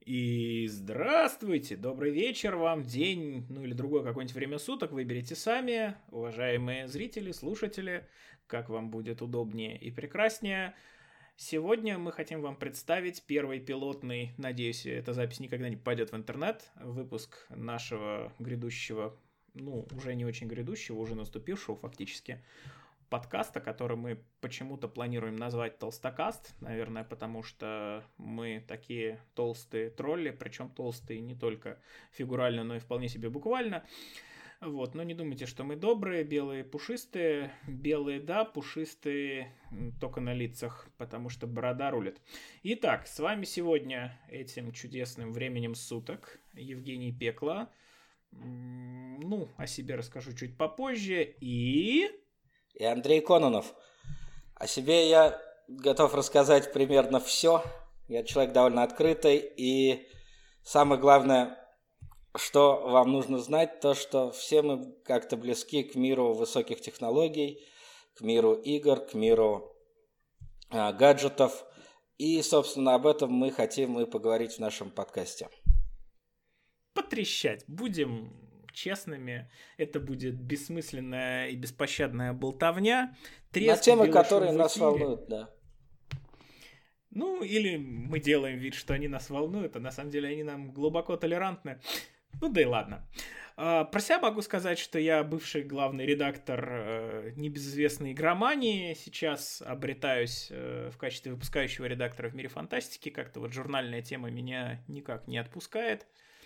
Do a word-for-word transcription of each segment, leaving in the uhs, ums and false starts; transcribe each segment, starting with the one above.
И здравствуйте, добрый вечер вам, день, ну или другое какое-нибудь время суток, выберите сами, уважаемые зрители, слушатели, как вам будет удобнее и прекраснее. Сегодня мы хотим вам представить первый пилотный, надеюсь, эта запись никогда не попадет в интернет, выпуск нашего грядущего, ну уже не очень грядущего, уже наступившего фактически, подкаста, который мы почему-то планируем назвать «Толстокаст», наверное, потому что мы такие толстые тролли, причем толстые не только фигурально, но и вполне себе буквально. Вот, но не думайте, что мы добрые, белые, пушистые. Белые, да, пушистые только на лицах, потому что борода рулит. Итак, с вами сегодня этим чудесным временем суток Евгений Пекло. Ну, о себе расскажу чуть попозже. И... И Андрей Кононов. О себе я готов рассказать примерно все. Я человек довольно открытый. И самое главное, что вам нужно знать, то, что все мы как-то близки к миру высоких технологий, к миру игр, к миру э, гаджетов. И, собственно, об этом мы хотим и поговорить в нашем подкасте. Потрещать. Будем... честными, это будет бессмысленная и беспощадная болтовня. На темы, которые нас волнуют, да. Ну, или мы делаем вид, что они нас волнуют, а на самом деле они нам глубоко толерантны. Ну да и ладно. Про себя могу сказать, что я бывший главный редактор небезызвестной игромании. Сейчас обретаюсь в качестве выпускающего редактора в мире фантастики. Как-то вот журнальная тема меня никак не отпускает.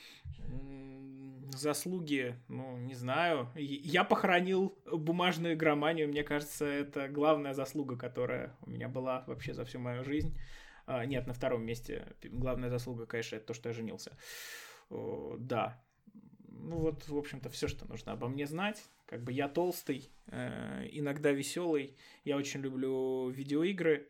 Заслуги, ну, не знаю. Я похоронил бумажную игроманию. Мне кажется, это главная заслуга, которая у меня была вообще за всю мою жизнь. А, нет, на втором месте. Главная заслуга, конечно, это то, что я женился. О, да. Ну вот, в общем-то, все, что нужно обо мне знать. Как бы я толстый, э, иногда веселый. Я очень люблю видеоигры.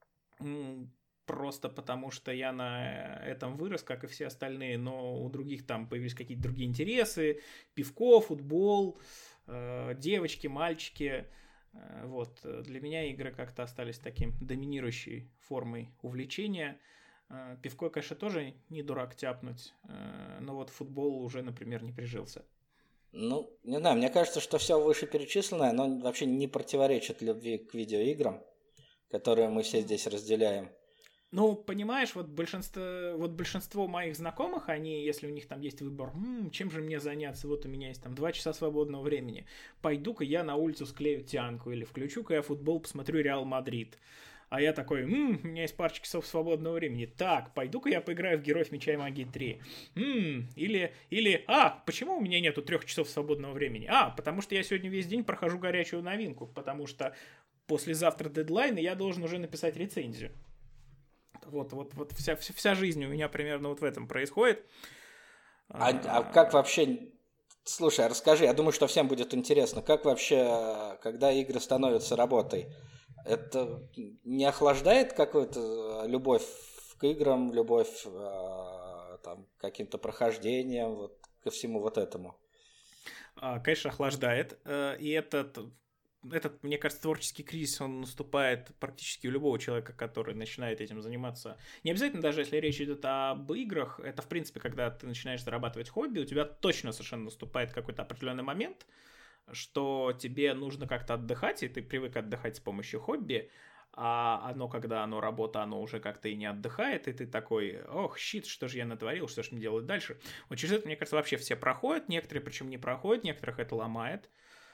Просто потому, что я на этом вырос, как и все остальные, но у других там появились какие-то другие интересы, пивко, футбол, э, девочки, мальчики. Э, вот. Для меня игры как-то остались таким доминирующей формой увлечения. Э, пивко, конечно, тоже не дурак тяпнуть, э, но вот футбол уже, например, не прижился. Ну, не знаю, мне кажется, что все вышеперечисленное, оно вообще не противоречит любви к видеоиграм, которые мы все здесь разделяем. Ну, понимаешь, вот большинство, вот большинство моих знакомых, они, если у них там есть выбор, м-м, чем же мне заняться, вот у меня есть там два часа свободного времени, пойду-ка я на улицу склею тянку, или включу-ка я футбол, посмотрю Реал Мадрид. А я такой, м-м, у меня есть пару часов свободного времени. Так, пойду-ка я поиграю в Героев Меча и Магии три. М-м, или, или, а, почему у меня нету трех часов свободного времени? А, потому что я сегодня весь день прохожу горячую новинку, потому что послезавтра дедлайн, и я должен уже написать рецензию. Вот, вот, вот вся, вся, вся жизнь у меня примерно вот в этом происходит. А, а как вообще... Слушай, а расскажи, я думаю, что всем будет интересно, как вообще, когда игры становятся работой, это не охлаждает какую-то любовь к играм, любовь там, к каким-то прохождениям, вот, ко всему вот этому? Конечно, охлаждает. И этот... Этот, мне кажется, творческий кризис, он наступает практически у любого человека, который начинает этим заниматься. Не обязательно даже, если речь идет об играх, это, в принципе, когда ты начинаешь зарабатывать хобби, у тебя точно совершенно наступает какой-то определенный момент, что тебе нужно как-то отдыхать, и ты привык отдыхать с помощью хобби, а оно, когда оно работа, оно уже как-то и не отдыхает, и ты такой, ох, щит, что же я натворил, что же мне делать дальше? Вот через это, мне кажется, вообще все проходят, некоторые причем не проходят, некоторых это ломает.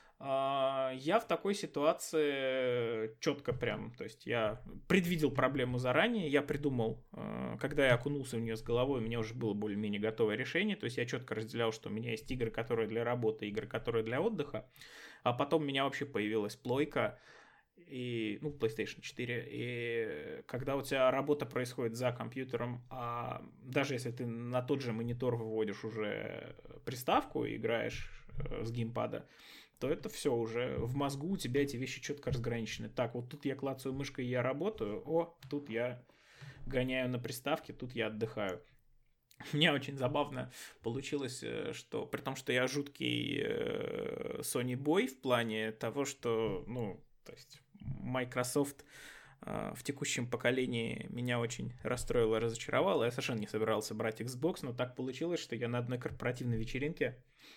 Я в такой ситуации четко прям, то есть я предвидел проблему заранее, я придумал, когда я окунулся в нее с головой, у меня уже было более-менее готовое решение, то есть я четко разделял, что у меня есть игры, которые для работы, игры, которые для отдыха, а потом у меня вообще появилась плойка, и, ну, PlayStation четыре, и когда у тебя работа происходит за компьютером, а даже если ты на тот же монитор выводишь уже приставку и играешь с геймпада, то это все уже в мозгу у тебя эти вещи четко разграничены. Так, вот тут я клацаю мышкой, я работаю, о, тут я гоняю на приставке, тут я отдыхаю. У меня очень забавно получилось, что при том, что я жуткий Sony бой в плане того, что, ну, то есть Microsoft в текущем поколении меня очень расстроило, разочаровало. Я совершенно не собирался брать Xbox, но так получилось, что я на одной корпоративной вечеринке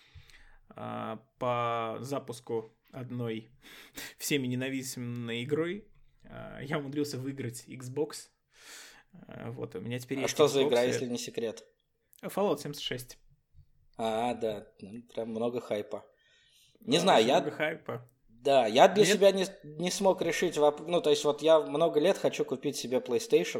по запуску одной всеми ненавистной игрой я умудрился выиграть Xbox. Вот, у меня теперь а есть что Xbox, за игра, если не секрет? Fallout семьдесят шесть. А, да, прям много хайпа. Не да, знаю, я... Много хайпа. Да, я для Нет? себя не, не смог решить вопрос. Ну, то есть, вот я много лет хочу купить себе PlayStation,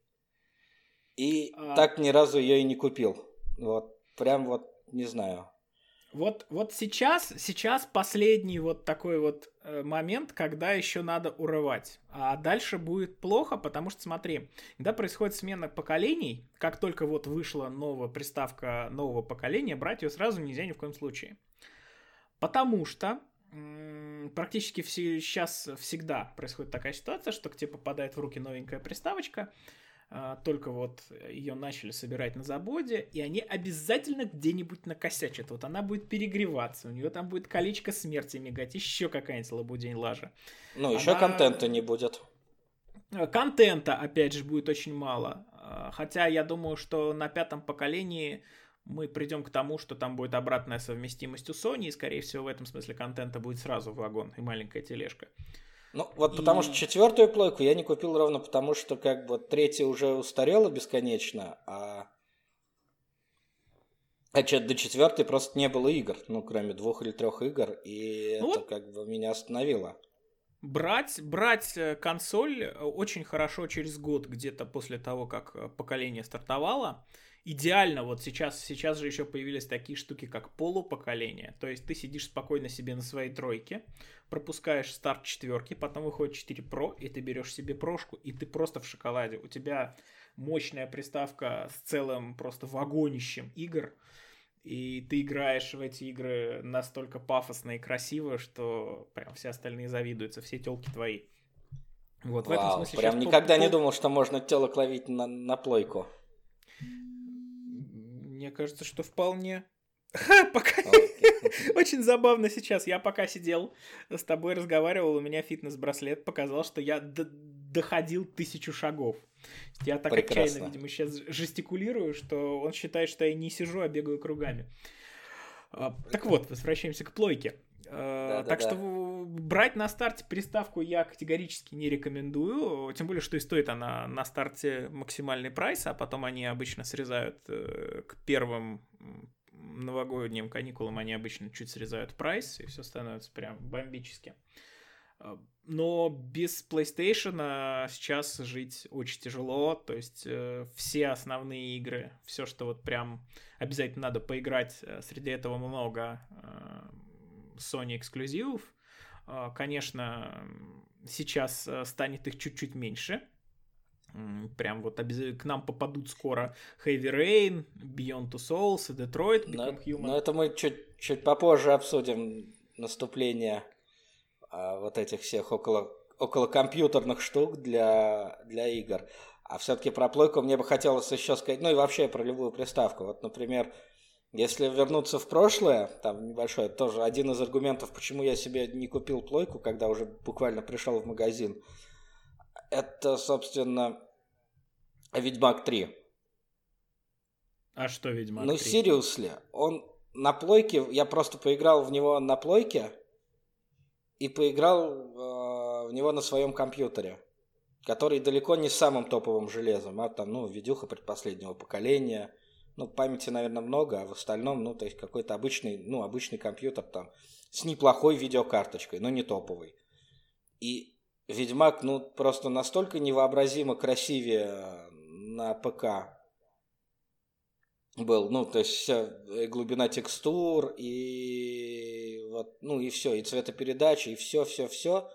и а... так ни разу ее и не купил. Вот, прям вот, не знаю. Вот, вот сейчас, сейчас последний вот такой вот э, момент, когда еще надо урывать. А дальше будет плохо, потому что, смотри, когда происходит смена поколений, как только вот вышла новая приставка нового поколения, брать ее сразу нельзя ни в коем случае. Потому что м- практически все, сейчас всегда происходит такая ситуация, что к тебе попадает в руки новенькая приставочка, только вот ее начали собирать на заводе, и они обязательно где-нибудь накосячат. Вот она будет перегреваться, у нее там будет колечко смерти мигать, еще какая-нибудь лабудень лажа. Ну, еще она... контента не будет. Контента, опять же, будет очень мало. Хотя я думаю, что на пятом поколении мы придем к тому, что там будет обратная совместимость у Sony, и, скорее всего, в этом смысле контента будет сразу вагон и маленькая тележка. Ну, вот и... потому что четвертую плойку я не купил ровно потому, что как бы третья уже устарела бесконечно, а, а до четвертой просто не было игр, ну, кроме двух или трех игр, и ну, это вот... как бы меня остановило. Брать, брать консоль очень хорошо через год, где-то после того, как поколение стартовало. Идеально, вот сейчас, сейчас же еще появились такие штуки, как полупоколение. То есть ты сидишь спокойно себе на своей тройке, пропускаешь старт четверки, потом выходит четыре про, и ты берешь себе прошку, и ты просто в шоколаде. У тебя мощная приставка с целым просто вагонищем игр, и ты играешь в эти игры настолько пафосно и красиво, что прям все остальные завидуются, все телки твои. Вот, Вау, в этом смысле прям никогда пол... не думал, что можно телок ловить на, на плойку. Мне кажется, что вполне. Пока... Очень забавно сейчас. Я пока сидел с тобой, разговаривал, у меня фитнес-браслет показал, что я д- доходил тысячу шагов. Я так Прекрасно. Отчаянно, видимо, сейчас жестикулирую, что он считает, что я не сижу, а бегаю кругами. Так вот, возвращаемся к плойке. Да, так да, что да. брать на старте приставку я категорически не рекомендую, тем более, что и стоит она на старте максимальный прайс, а потом они обычно срезают к первым новогодним каникулам, они обычно чуть срезают прайс, и все становится прям бомбически. Но без PlayStation сейчас жить очень тяжело, то есть все основные игры, все, что вот прям обязательно надо поиграть, среди этого много Sony эксклюзивов. Конечно, сейчас станет их чуть-чуть меньше. Прям вот обязательно к нам попадут скоро Heavy Rain, Beyond Two Souls, Detroit Become Human. Но это мы чуть, чуть попозже обсудим наступление а, вот этих всех около, около компьютерных штук для, для игр. А все-таки про плойку мне бы хотелось еще сказать, ну и вообще про любую приставку. Вот, например, если вернуться в прошлое, там небольшое, тоже один из аргументов, почему я себе не купил плойку, когда уже буквально пришел в магазин, это, собственно, Ведьмак три. А что Ведьмак ну, три? Ну, seriously, он на плойке, я просто поиграл в него на плойке и поиграл э, в него на своем компьютере, который далеко не с самым топовым железом, а там, ну, видюха предпоследнего поколения. Ну, памяти, наверное, много, а в остальном, ну, то есть какой-то обычный, ну, обычный компьютер там с неплохой видеокарточкой, но не топовый. И Ведьмак, ну, просто настолько невообразимо красивее на ПК был, ну, то есть вся глубина текстур и вот, ну, и все, и цветопередача, и все, все, все.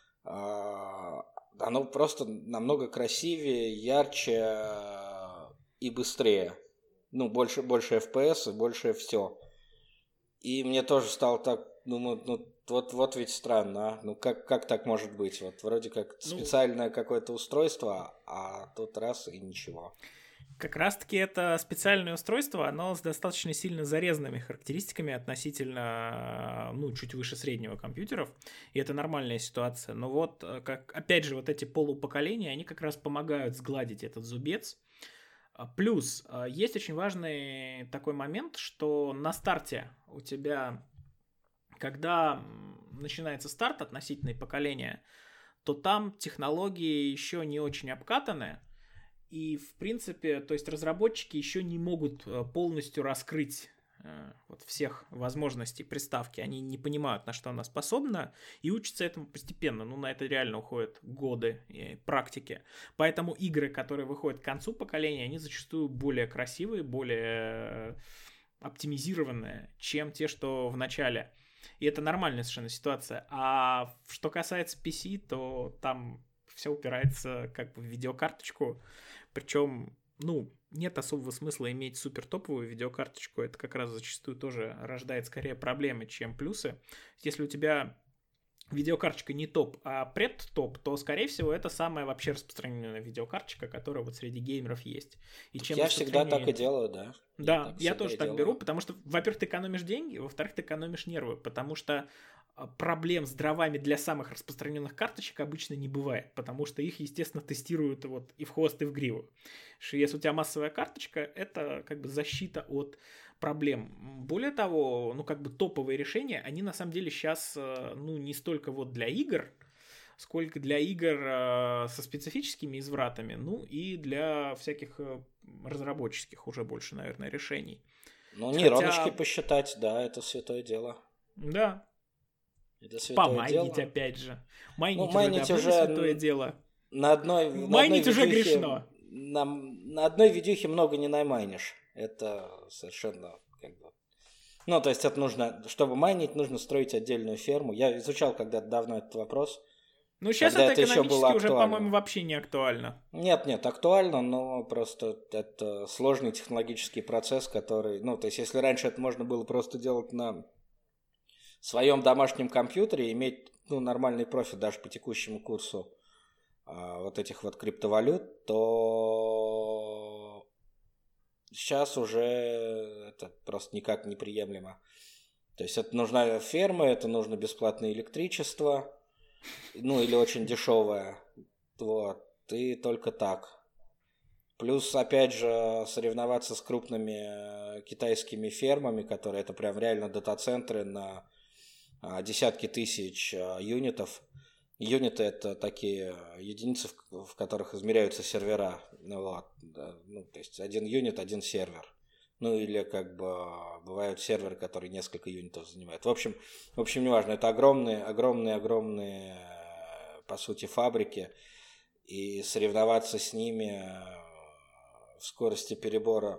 Оно просто намного красивее, ярче и быстрее. Ну, больше, больше эф пи эс и больше все. И мне тоже стало так, думаю, ну, вот, вот ведь странно, а? Ну, как, как так может быть? Вот вроде как специальное ну, какое-то устройство, а тут раз и ничего. Как раз-таки это специальное устройство, оно с достаточно сильно зарезанными характеристиками относительно, ну, чуть выше среднего компьютеров, и это нормальная ситуация. Но вот, как, опять же, вот эти полупоколения, они как раз помогают сгладить этот зубец. Плюс, есть очень важный такой момент, что на старте у тебя, когда начинается старт относительно поколения, то там технологии еще не очень обкатаны, и, в принципе, то есть разработчики еще не могут полностью раскрыть э, вот всех возможностей приставки. Они не понимают, на что она способна, и учатся этому постепенно. Ну, на это реально уходят годы практики. Поэтому игры, которые выходят к концу поколения, они зачастую более красивые, более оптимизированные, чем те, что в начале. И это нормальная совершенно ситуация. А что касается пи си, то там все упирается как бы в видеокарточку. Причем, ну, нет особого смысла иметь супер топовую видеокарточку. Это как раз зачастую тоже рождает скорее проблемы, чем плюсы. Если у тебя видеокарточка не топ, а пред-топ, то, скорее всего, это самая вообще распространенная видеокарточка, которая вот среди геймеров есть. И чем я всегда так и делаю, да. Да, я, я тоже так делаю. беру, потому что, во-первых, ты экономишь деньги, во-вторых, ты экономишь нервы, потому что проблем с дровами для самых распространенных карточек обычно не бывает, потому что их, естественно, тестируют вот и в хвост, и в гриву. Что если у тебя массовая карточка, это как бы защита от проблем. Более того, ну как бы топовые решения, они на самом деле сейчас, ну не столько вот для игр, сколько для игр со специфическими извратами, ну и для всяких разработческих уже больше, наверное, решений. Ну, нейроночки Хотя... посчитать, да, это святое дело. Да. Это святое Помайнить, дело. опять же. Майнить, ну, уже, майнить уже святое дело. На одной, майнить на одной уже видюхе, грешно. На, на одной видюхе много не наймайнишь. Это совершенно как бы... Ну, то есть это нужно, чтобы майнить, нужно строить отдельную ферму. Я изучал когда-то давно этот вопрос. Ну, сейчас это, это экономически уже, по-моему, вообще не актуально. Нет, нет, актуально, но просто это сложный технологический процесс, который... Ну, то есть если раньше это можно было просто делать на своем домашнем компьютере, иметь ну, нормальный профит даже по текущему курсу а, вот этих вот криптовалют, то сейчас уже это просто никак неприемлемо. То есть это нужна ферма, это нужно бесплатное электричество, ну или очень дешевое, вот, и только так. Плюс, опять же, соревноваться с крупными китайскими фермами, которые это прям реально дата-центры на десятки тысяч юнитов. Юниты – это такие единицы, в которых измеряются сервера. Вот. Ну, то есть один юнит, один сервер. Ну или как бы бывают серверы, которые несколько юнитов занимают. В общем, в общем, неважно. Это огромные, огромные, огромные, по сути, фабрики. И соревноваться с ними в скорости перебора,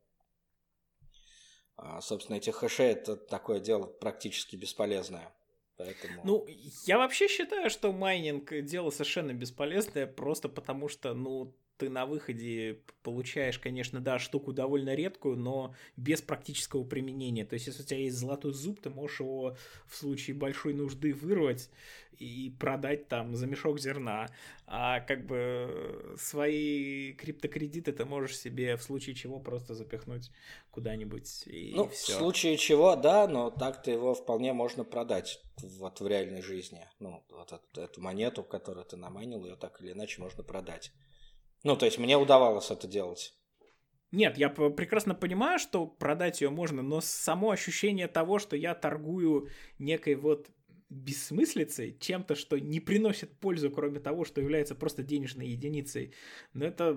собственно, этих хэшей, это такое дело практически бесполезное. Поэтому... Ну, я вообще считаю, что майнинг дело совершенно бесполезное, просто потому что, ну, ты на выходе получаешь, конечно, да, штуку довольно редкую, но без практического применения. То есть, если у тебя есть золотой зуб, ты можешь его в случае большой нужды вырвать и продать там за мешок зерна. А как бы свои криптокредиты ты можешь себе в случае чего просто запихнуть куда-нибудь и ну, все. В случае чего, да, но так-то его вполне можно продать вот в реальной жизни. Ну, вот эту, эту монету, которую ты намайнил, ее так или иначе можно продать. Ну, то есть мне удавалось это делать. Нет, я прекрасно понимаю, что продать ее можно, но само ощущение того, что я торгую некой вот бессмыслицей, чем-то, что не приносит пользу, кроме того, что является просто денежной единицей, но это...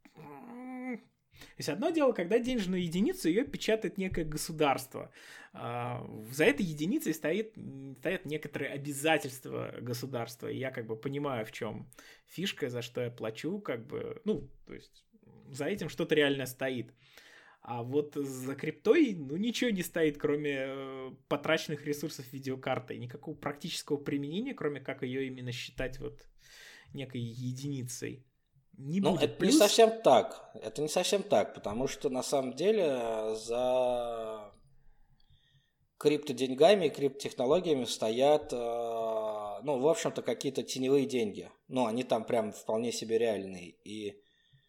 То есть одно дело, когда денежную единицу ее печатает некое государство. За этой единицей стоит, стоят некоторые обязательства государства. И я как бы понимаю, в чем фишка, за что я плачу, как бы, ну, то есть за этим что-то реально стоит. А вот за криптой, ну, ничего не стоит, кроме потраченных ресурсов видеокарты. Никакого практического применения, кроме как ее именно считать вот некой единицей. Не ну, будет. это Плюс... не совсем так. Это не совсем так, потому что на самом деле за криптоденьгами и криптотехнологиями стоят, ну, в общем-то, какие-то теневые деньги. Ну, они там прям вполне себе реальные. И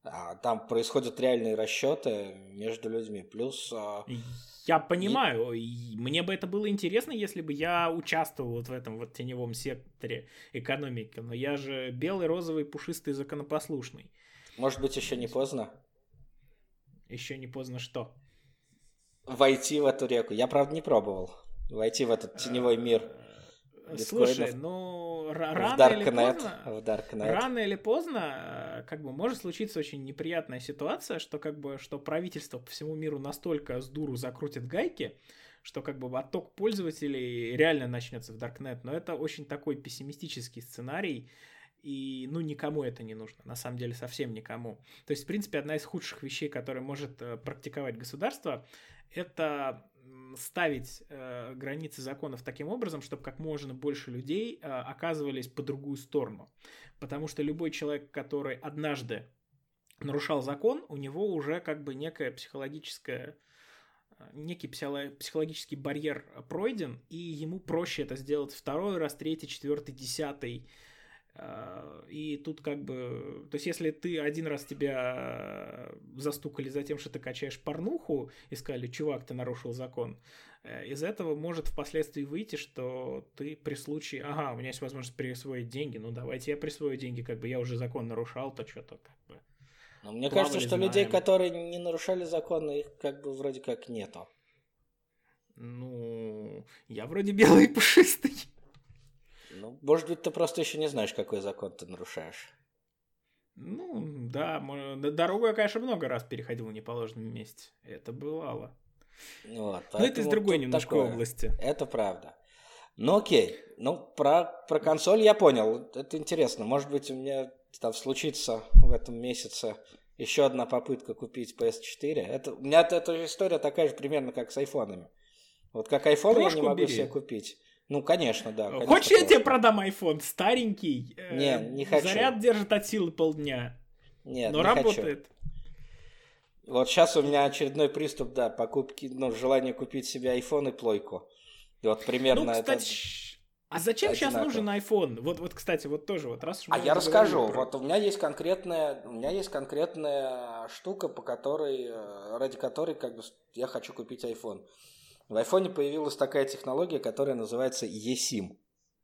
А там происходят реальные расчеты между людьми. Плюс... Я понимаю, и... мне бы это было интересно, если бы я участвовал вот в этом вот теневом секторе экономики, но я же белый, розовый, пушистый, законопослушный. Может быть, еще не поздно? Еще не поздно что? Войти в эту реку. Я, правда, не пробовал. Войти в этот теневой мир. Слушай, ну рано Dark или Net, поздно, в Dark Net. рано или поздно, как бы может случиться очень неприятная ситуация, что как бы что правительство по всему миру настолько с дуру закрутит гайки, что как бы отток пользователей реально начнется в Darknet. Но это очень такой пессимистический сценарий, и ну никому это не нужно, на самом деле совсем никому. То есть, в принципе, одна из худших вещей, которые может практиковать государство, это ставить э, границы законов таким образом, чтобы как можно больше людей э, оказывались по другую сторону. Потому что любой человек, который однажды нарушал закон, у него уже как бы некая психологическая, некий психологический барьер пройден, и ему проще это сделать второй раз, третий, четвертый, десятый. И тут как бы... То есть, если ты один раз тебя застукали за тем, что ты качаешь порнуху, и сказали, чувак, ты нарушил закон, из этого может впоследствии выйти, что ты при случае... Ага, у меня есть возможность присвоить деньги, ну давайте я присвою деньги, как бы я уже закон нарушал, то что-то как бы... Но мне кажется, что знаем. Людей, которые не нарушали закон, их как бы вроде как нету. Ну, я вроде белый и пушистый. Ну, может быть, ты просто еще не знаешь, какой закон ты нарушаешь. Ну, да, дорогу я, конечно, много раз переходил в неположенном месте. Это бывало. Вот, но это из другой немножко такое. области. Это правда. Ну, окей. Ну, про, про консоль я понял. Это интересно. Может быть, у меня там случится в этом месяце еще одна попытка купить пи эс четыре. Это, у меня эта история такая же примерно, как с айфонами. Вот как айфон Прошку я не могу бери. себе купить. Ну, конечно, да. Конечно, Хочешь, я тебе продам iPhone? Старенький. Не, не хочу. Заряд держит от силы полдня. Нет, но не работает. Хочу. Вот сейчас у меня очередной приступ, да, покупки, ну, желание купить себе iPhone и плойку. И вот примерно ну, кстати, это... А зачем одинаково. Сейчас нужен iPhone? Вот, вот, кстати, вот тоже вот раз уж А я расскажу. Про... Вот у меня есть конкретная, у меня есть конкретная штука, по которой, ради которой, как бы, я хочу купить iPhone. В айфоне появилась такая технология, которая называется eSIM.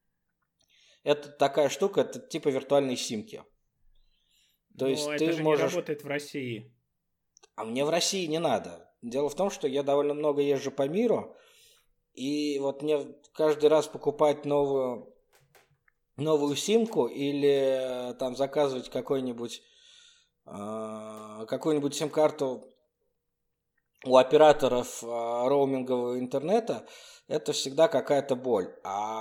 Это такая штука, это типа виртуальной симки. То Но есть это ты же можешь... не работает в России. А мне в России не надо. Дело в том, что я довольно много езжу по миру, и вот мне каждый раз покупать новую, новую симку или там заказывать какой-нибудь, э, какую-нибудь сим-карту у операторов э, роумингового интернета, это всегда какая-то боль.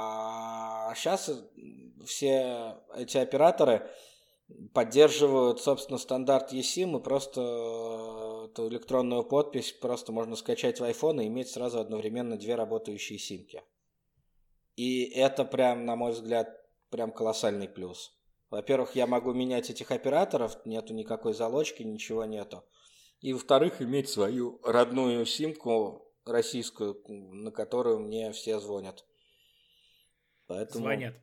А сейчас все эти операторы поддерживают, собственно, стандарт eSIM, и просто эту электронную подпись просто можно скачать в iPhone и иметь сразу одновременно две работающие симки. И это прям, на мой взгляд, прям колоссальный плюс. Во-первых, я могу менять этих операторов, нету никакой залочки, ничего нету. И, во-вторых, иметь свою родную симку российскую, на которую мне все звонят. Поэтому... Звонят.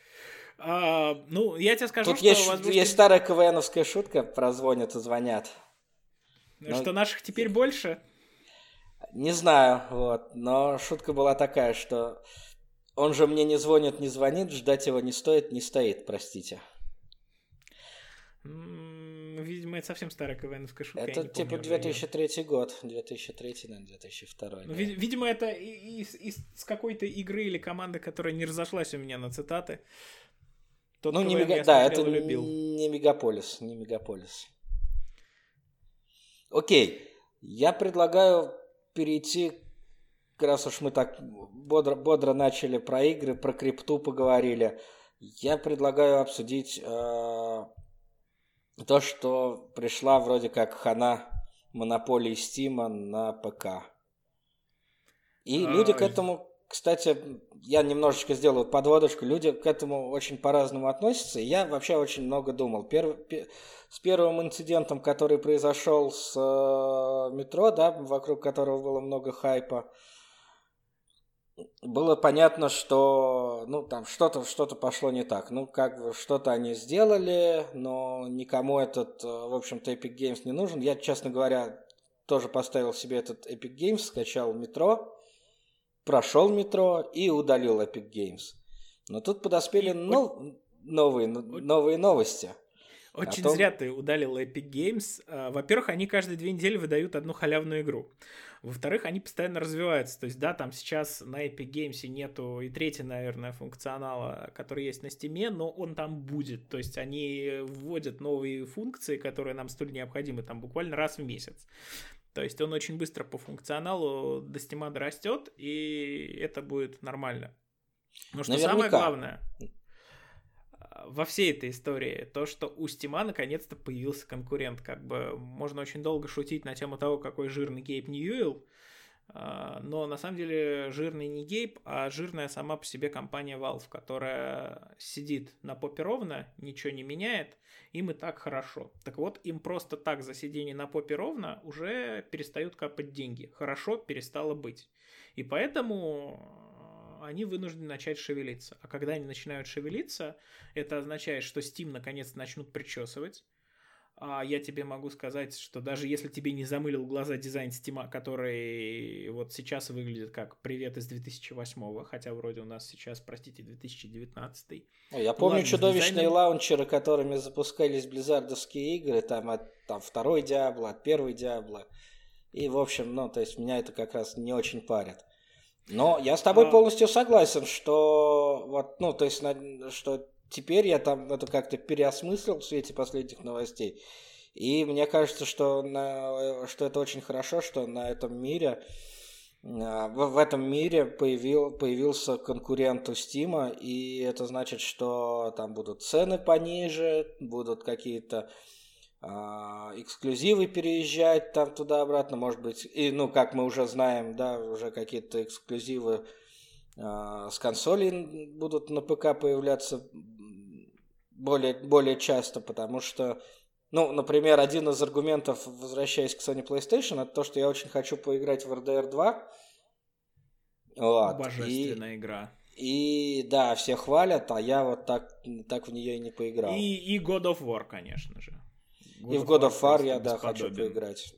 А, ну, я тебе скажу, Тут что... есть, возможно... есть старая КВНовская шутка про звонят и звонят. Что но... наших теперь больше? Не знаю, вот. Но шутка была такая, что он же мне не звонит, не звонит, ждать его не стоит, не стоит, простите. Видимо, это совсем старая КВНовская шутка. Это типа две тысячи третий год. две тысячи третий, наверное, две тысячи второй. Ну, да. Видимо, это из, из, из какой-то игры или команды, которая не разошлась у меня на цитаты. Тот, ну, не мега... да, это не Мегаполис, не Мегаполис. Окей, я предлагаю перейти, раз уж мы так бодро, бодро начали про игры, про крипту поговорили, я предлагаю обсудить э, то, что пришла вроде как хана монополии Стима на ПК. И а... люди к этому... Кстати, я немножечко сделаю подводочку. Люди к этому очень по-разному относятся. И я вообще очень много думал. Перв... С первым инцидентом, который произошел с э, метро, да, вокруг которого было много хайпа, было понятно, что ну там что-то что-то пошло не так. Ну, как бы что-то они сделали, но никому этот, в общем-то, Epic Games не нужен. Я, честно говоря, тоже поставил себе этот Epic Games, скачал метро, прошел метро и удалил Epic Games. Но тут подоспели И нов... новые, новые новости. Очень том... зря ты удалил Epic Games. Во-первых, они каждые две недели выдают одну халявную игру. Во-вторых, они постоянно развиваются. То есть, да, там сейчас на Epic Games нету и третьего, наверное, функционала, который есть на Steam, но он там будет. То есть, они вводят новые функции, которые нам столь необходимы, там буквально раз в месяц. То есть, он очень быстро по функционалу до Steam дорастет, и это будет нормально. Но что Наверняка. самое главное во всей этой истории, то, что у Стима наконец-то появился конкурент. Как бы можно очень долго шутить на тему того, какой жирный Гейб Ньюэлл, но на самом деле жирный не Гейб, а жирная сама по себе компания Valve, которая сидит на попе ровно, ничего не меняет, им и так хорошо. Так вот, им просто так за сидение на попе ровно уже перестают капать деньги. Хорошо перестало быть. И поэтому они вынуждены начать шевелиться. А когда они начинают шевелиться, это означает, что Steam наконец начнут причесывать. А я тебе могу сказать, что даже если тебе не замылил глаза дизайн Steam, который вот сейчас выглядит как «Привет из две тысячи восьмого», хотя вроде у нас сейчас, простите, две тысячи девятнадцатый. Я ну, помню ладно, чудовищные дизайном... лаунчеры, которыми запускались близзардовские игры, там от там, второй Диабло, от первой Диабло. И, в общем, ну, то есть меня это как раз не очень парит. Но я с тобой а... полностью согласен, что вот, ну, то есть, что теперь я там это как-то переосмыслил в свете последних новостей. И мне кажется, что, на, что это очень хорошо, что на этом мире, в, в этом мире появил, появился конкурент у Steam, и это значит, что там будут цены пониже, будут какие-то эксклюзивы переезжать там туда-обратно, может быть, и, ну, как мы уже знаем, да, уже какие-то эксклюзивы э, с консолей будут на ПК появляться более, более часто, потому что, ну, например, один из аргументов, возвращаясь к Sony PlayStation, это то, что я очень хочу поиграть в эр ди ар два. Вот. Божественная и... игра. И да, все хвалят, а я вот так, так в нее и не поиграл. И, и God of War, конечно же. God и в God of War, War я, да, хочу поиграть.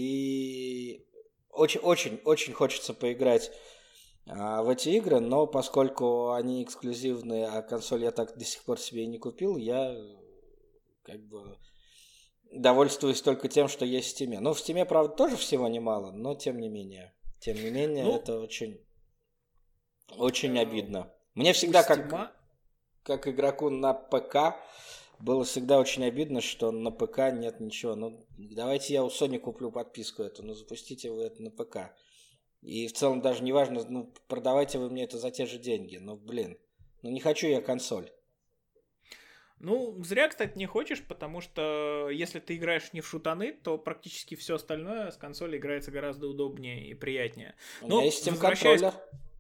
И очень-очень-очень хочется поиграть а, в эти игры, но поскольку они эксклюзивные, а консоль я так до сих пор себе и не купил, я как бы довольствуюсь только тем, что есть в Steam. Ну, в Steam, правда, тоже всего немало, но тем не менее. Тем не менее, ну, это очень, очень обидно. Мне всегда, как, как игроку на ПК, было всегда очень обидно, что на ПК нет ничего. Ну, давайте я у Sony куплю подписку эту, ну, запустите вы это на ПК. И в целом даже не важно, ну, продавайте вы мне это за те же деньги. Ну, блин, ну не хочу я консоль. Ну, зря, кстати, не хочешь, потому что если ты играешь не в шутаны, то практически все остальное с консоли играется гораздо удобнее и приятнее. У меня есть Steam контроллер.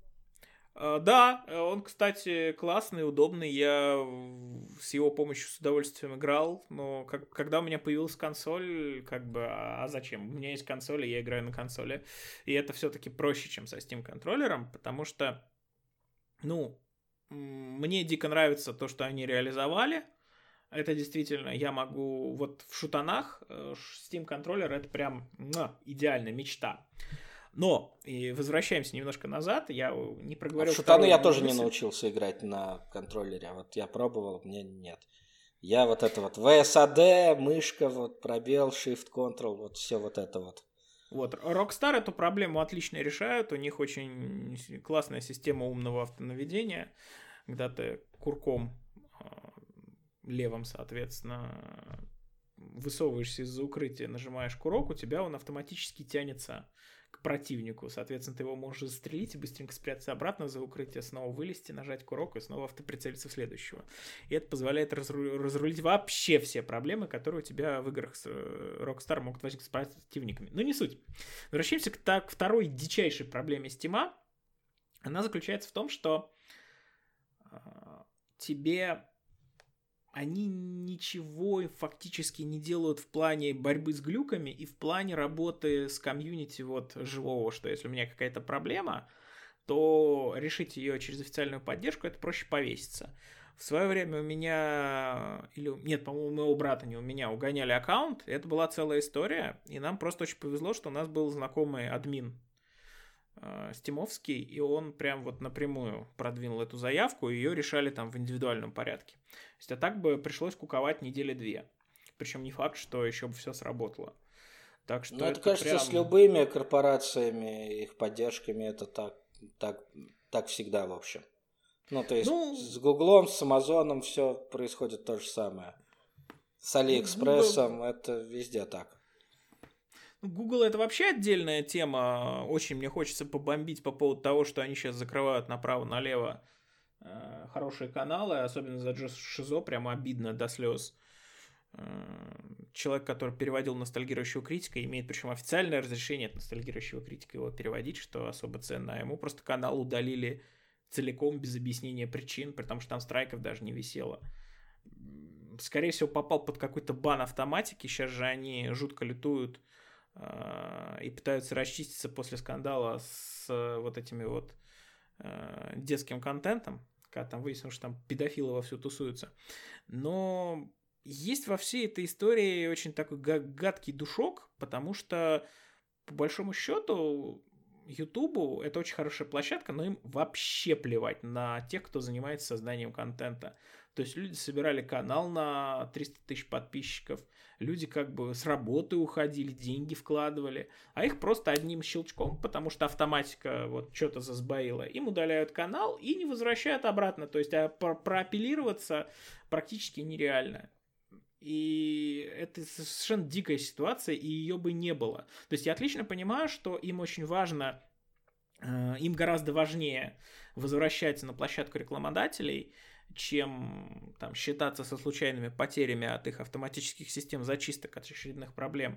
Да, он, кстати, классный, удобный, я с его помощью с удовольствием играл, но как, когда у меня появилась консоль, как бы, а зачем? У меня есть консоль, и я играю на консоли, и это все-таки проще, чем со Steam контроллером, потому что, ну, мне дико нравится то, что они реализовали, это действительно, я могу, вот в шутанах Steam контроллер это прям ну, идеальная мечта. Но, и возвращаемся немножко назад, я не проговорил... А в шутаны я тоже мысль. не научился играть на контроллере, а вот я пробовал, мне нет. Я вот это вот ви эс эй ди, мышка, вот пробел, Shift, Control, вот все вот это вот. Вот, Rockstar эту проблему отлично решают, у них очень классная система умного автонаведения, когда ты курком левым, соответственно, высовываешься из-за укрытия, нажимаешь курок, у тебя он автоматически тянется к противнику. Соответственно, ты его можешь застрелить и быстренько спрятаться обратно за укрытие, снова вылезти, нажать курок и снова автоприцелиться в следующего. И это позволяет разру- разрулить вообще все проблемы, которые у тебя в играх с Rockstar могут возникнуть с противниками. Но не суть. Возвращаемся к, так, к второй дичайшей проблеме Steam. Она заключается в том, что э, тебе... они ничего фактически не делают в плане борьбы с глюками и в плане работы с комьюнити вот живого, что если у меня какая-то проблема, то решить ее через официальную поддержку это проще повеситься. В свое время у меня, или нет, по-моему, у моего брата, не у меня, угоняли аккаунт, это была целая история, и нам просто очень повезло, что у нас был знакомый админ э, Стимовский, и он прям вот напрямую продвинул эту заявку, и ее решали там в индивидуальном порядке. То есть, а так бы пришлось куковать недели две. Причем не факт, что еще бы все сработало. Так что ну, это, это кажется, прям... с любыми корпорациями, их поддержками, это так, так, так всегда, в общем. Ну, то есть ну, с Гуглом, с Амазоном все происходит то же самое. С Алиэкспрессом Google... это везде так. Google это вообще отдельная тема. Очень мне хочется побомбить по поводу того, что они сейчас закрывают направо-налево э, хорошие каналы, особенно за Шизо, прямо обидно до слез. Человек, который переводил ностальгирующего критика, имеет причем официальное разрешение от ностальгирующего критика его переводить, что особо ценно. А ему просто канал удалили целиком, без объяснения причин, при том, что там страйков даже не висело. Скорее всего, попал под какой-то бан автоматики. Сейчас же они жутко лютуют э, и пытаются расчиститься после скандала с э, вот этими вот э, детским контентом, когда там выяснилось, что там педофилы вовсю тусуются. Но есть во всей этой истории очень такой гадкий душок, потому что, по большому счету, Ютубу это очень хорошая площадка, но им вообще плевать на тех, кто занимается созданием контента. То есть люди собирали канал на триста тысяч подписчиков, люди как бы с работы уходили, деньги вкладывали, а их просто одним щелчком, потому что автоматика вот что-то засбоила, им удаляют канал и не возвращают обратно. То есть а проапеллироваться практически нереально. И это совершенно дикая ситуация, и ее бы не было. То есть я отлично понимаю, что им очень важно, э, им гораздо важнее возвращаться на площадку рекламодателей, чем там, считаться со случайными потерями от их автоматических систем зачисток от очередных проблем.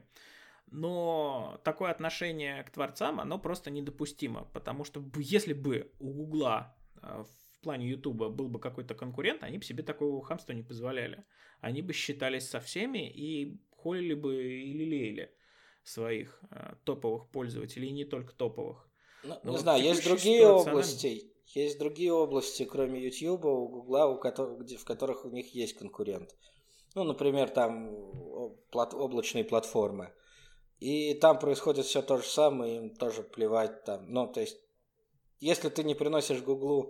Но такое отношение к творцам, оно просто недопустимо, потому что если бы у Гугла э, в плане Ютуба был бы какой-то конкурент, они бы себе такого хамства не позволяли. Они бы считались со всеми и холили бы и лелеяли своих э, топовых пользователей, и не только топовых. Ну, не вот знаю, есть другие ситуации, области, она... есть другие области, кроме Ютуба, у Гугла, у которых, где, в которых у них есть конкурент. Ну, например, там плат, облачные платформы. И там происходит все то же самое, им тоже плевать там. Ну, то есть, если ты не приносишь Гуглу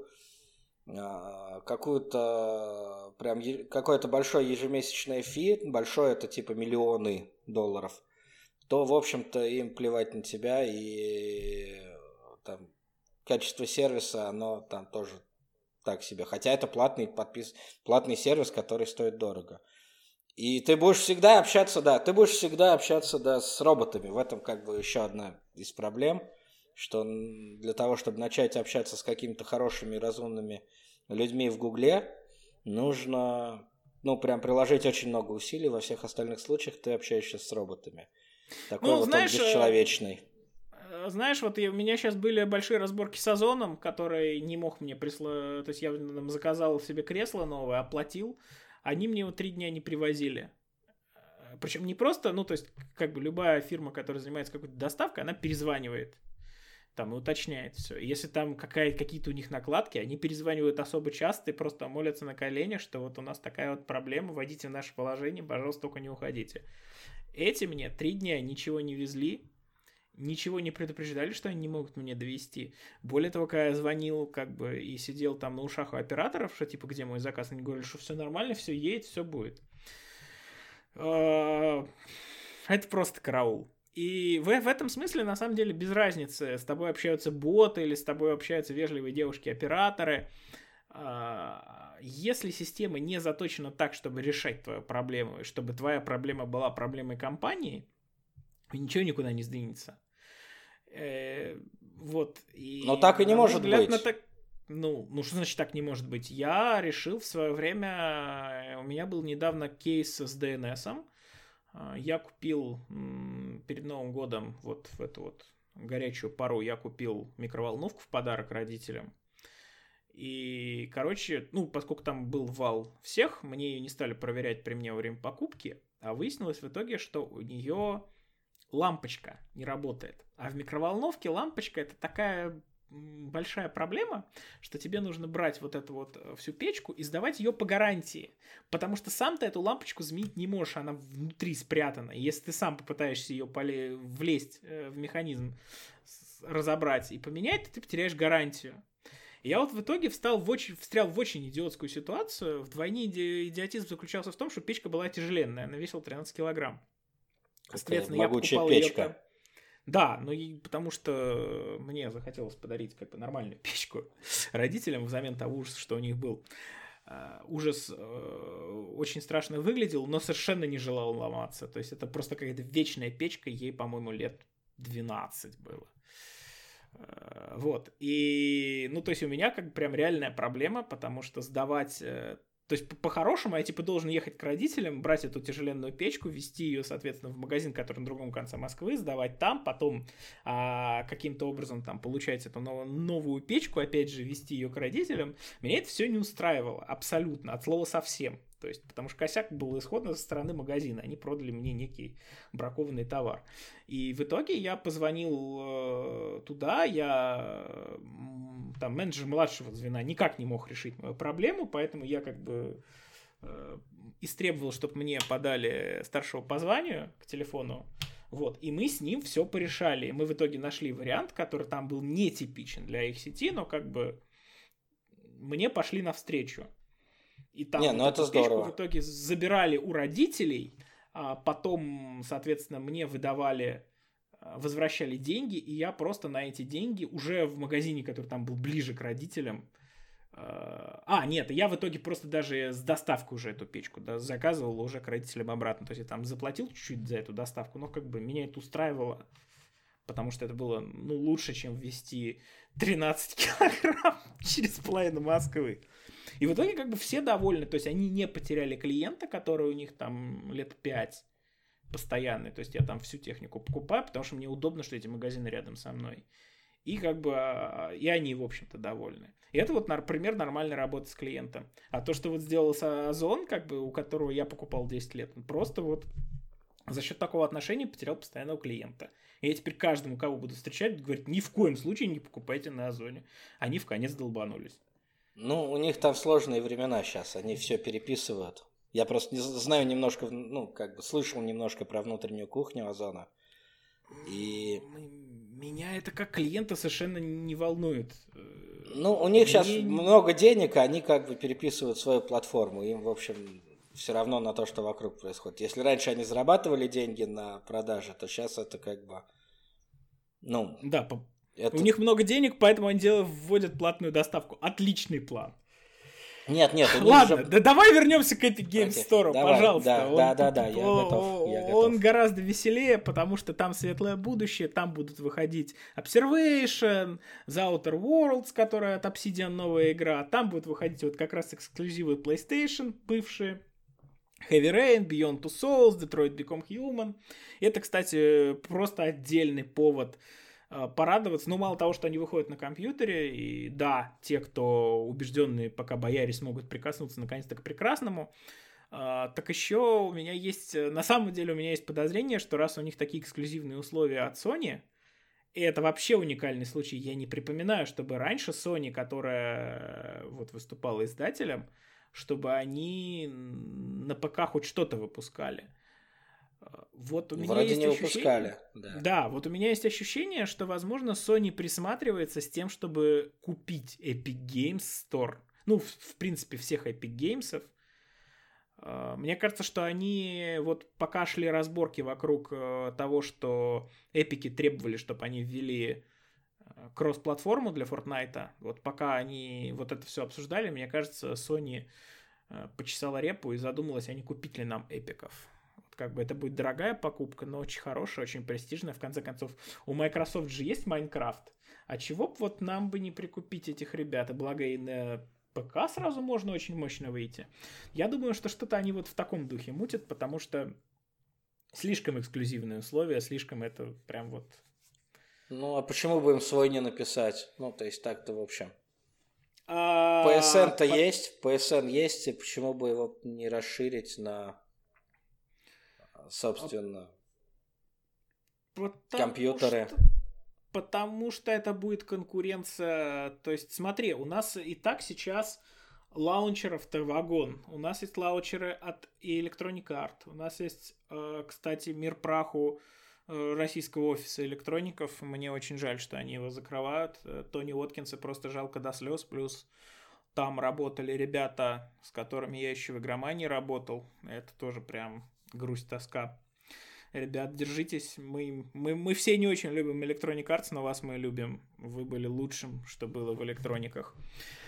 какую-то прям какое-то большое ежемесячное фи, большое это типа миллионы долларов, то в общем-то им плевать на тебя, и там качество сервиса оно там тоже так себе, хотя это платный подпис платный сервис, который стоит дорого, и ты будешь всегда общаться, да, ты будешь всегда общаться, да, с роботами. В этом как бы еще одна из проблем, что для того, чтобы начать общаться с какими-то хорошими, разумными людьми в Гугле, нужно, ну, прям приложить очень много усилий. Во всех остальных случаях ты общаешься с роботами. Такой ну, вот знаешь, он бесчеловечный. Знаешь, вот у меня сейчас были большие разборки с Озоном, который не мог мне прислать, то есть я заказал себе кресло новое, оплатил, они мне его три дня не привозили. Причем не просто, ну, то есть, как бы любая фирма, которая занимается какой-то доставкой, она перезванивает. Там и уточняет все. Если там какая- какие-то у них накладки, они перезванивают особо часто и просто молятся на коленях, что вот у нас такая вот проблема, войдите в наше положение, пожалуйста, только не уходите. Эти мне три дня ничего не везли, ничего не предупреждали, что они не могут мне довести. Более того, когда я звонил как бы и сидел там на ушах у операторов, что типа где мой заказ, они говорили, что все нормально, все едет, все будет. Это просто караул. И в, в этом смысле, на самом деле, без разницы, с тобой общаются боты или с тобой общаются вежливые девушки-операторы. Если система не заточена так, чтобы решать твою проблему, и чтобы твоя проблема была проблемой компании, ничего никуда не сдвинется. Э, вот. И, но так и не может взгляд, быть. Так... Ну, ну, что значит так не может быть? Я решил в свое время, у меня был недавно кейс с ди эн эс-ом. Я купил перед Новым годом, вот в эту вот горячую пару, я купил микроволновку в подарок родителям. И, короче, ну, поскольку там был вал всех, мне ее не стали проверять при мне во время покупки, а выяснилось в итоге, что у нее лампочка не работает. А в микроволновке лампочка — это такая большая проблема, что тебе нужно брать вот эту вот всю печку и сдавать ее по гарантии, потому что сам ты эту лампочку заменить не можешь, она внутри спрятана. И если ты сам попытаешься ее поле... влезть в механизм, разобрать и поменять, то ты потеряешь гарантию. И я вот в итоге встал в очень, встрял в очень идиотскую ситуацию. Вдвойне иди... идиотизм заключался в том, что печка была тяжеленная, она весила тринадцать килограмм. Соответственно, я покупал печка. Ее... Да, ну и потому что мне захотелось подарить как бы нормальную печку родителям взамен того ужаса, что у них был. Uh, ужас uh, очень страшно выглядел, но совершенно не желал ломаться. То есть это просто какая-то вечная печка, ей, по-моему, лет двенадцать было. Uh, вот. И, ну, то есть у меня как бы прям реальная проблема, потому что сдавать... Uh, То есть, по-хорошему, я, типа, должен ехать к родителям, брать эту тяжеленную печку, везти ее, соответственно, в магазин, который на другом конце Москвы, сдавать там, потом а, каким-то образом там получать эту нов- новую печку, опять же, везти ее к родителям. Меня это все не устраивало, абсолютно, от слова совсем. То есть, потому что косяк был исходно со стороны магазина, они продали мне некий бракованный товар. И в итоге я позвонил э, туда, я... там менеджер младшего звена никак не мог решить мою проблему, поэтому я как бы э, истребовал, чтобы мне подали старшего по званию к телефону, вот, и мы с ним все порешали. И мы в итоге нашли вариант, который там был нетипичен для их сети, но как бы мне пошли навстречу. И там Не, вот ну эту это печку здорово. в итоге забирали у родителей, а потом, соответственно, мне выдавали, возвращали деньги, и я просто на эти деньги уже в магазине, который там был ближе к родителям... А, нет, я в итоге просто даже с доставкой уже эту печку да, заказывал уже к родителям обратно. То есть я там заплатил чуть-чуть за эту доставку, но как бы меня это устраивало, потому что это было ну, лучше, чем ввести тринадцать килограмм через половину Москвы. И в итоге как бы все довольны, то есть они не потеряли клиента, который у них там лет пять постоянный, то есть я там всю технику покупаю, потому что мне удобно, что эти магазины рядом со мной. И как бы и они, в общем-то, довольны. И это вот пример нормальной работы с клиентом. А то, что вот сделал Озон, как бы, у которого я покупал десять лет, просто вот за счет такого отношения потерял постоянного клиента. И я теперь каждому, кого буду встречать, говорить, ни в коем случае не покупайте на Озоне. Они в конец долбанулись. Ну, у них там сложные времена сейчас, они все переписывают. Я просто не знаю немножко, ну, как бы слышал немножко про внутреннюю кухню Озона. И... Меня это как клиента совершенно не волнует. Ну, у них Мне... сейчас много денег, они как бы переписывают свою платформу. Им, в общем, все равно на то, что вокруг происходит. Если раньше они зарабатывали деньги на продаже, то сейчас это как бы... Ну... Да, по... Это... У них много денег, поэтому они делают, вводят платную доставку. Отличный план. Нет, нет, у них Ладно, же... да давай вернемся к Epic Games Store, давай, пожалуйста. Да, он, да, да, да, я готов, я готов. Он гораздо веселее, потому что там светлое будущее, там будут выходить Observation, The Outer Worlds, которая от Obsidian новая игра, там будут выходить вот как раз эксклюзивы PlayStation, бывшие. Heavy Rain, Beyond Two Souls, Detroit Become Human. Это, кстати, просто отдельный повод порадоваться. Ну, мало того, что они выходят на компьютере, и да, те, кто убежденные, пока боялись, смогут прикоснуться наконец-то к прекрасному, так еще у меня есть, на самом деле у меня есть подозрение, что раз у них такие эксклюзивные условия от Sony, и это вообще уникальный случай, я не припоминаю, чтобы раньше Sony, которая вот выступала издателем, чтобы они на ПК хоть что-то выпускали. Вот у меня Вроде есть не ощущение, выпускали. Да. да, вот у меня есть ощущение, что, возможно, Sony присматривается с тем, чтобы купить Epic Games Store. Ну, в, в принципе, всех Epic Games'ов. Мне кажется, что они вот пока шли разборки вокруг того, что Эпики требовали, чтобы они ввели кросс-платформу для Fortnite, вот пока они вот это все обсуждали, мне кажется, Sony почесала репу и задумалась, а не купить ли нам эпиков. Как бы это будет дорогая покупка, но очень хорошая, очень престижная. В конце концов, у Microsoft же есть Майнкрафт. А чего бы вот нам бы не прикупить этих ребят? И благо и на ПК сразу можно очень мощно выйти. Я думаю, что что-то они вот в таком духе мутят, потому что слишком эксклюзивные условия, слишком это прям вот... Ну, а почему бы им свой не написать? Ну, то есть так-то в общем. А... пи эс эн-то По... есть, пи эс эн есть, и почему бы его не расширить на... собственно, Потому компьютеры. Что... потому что это будет конкуренция. То есть, смотри, у нас и так сейчас лаунчеров-то вагон. У нас есть лаунчеры от Electronic Art. У нас есть, кстати, мир праху российского офиса электроников. Мне очень жаль, что они его закрывают. Тони Уоткинса просто жалко до слез. Плюс там работали ребята, с которыми я еще в игромании работал. Это тоже прям грусть, тоска. Ребят, держитесь. Мы, мы, мы все не очень любим Electronic Arts, но вас мы любим. Вы были лучшим, что было в электрониках.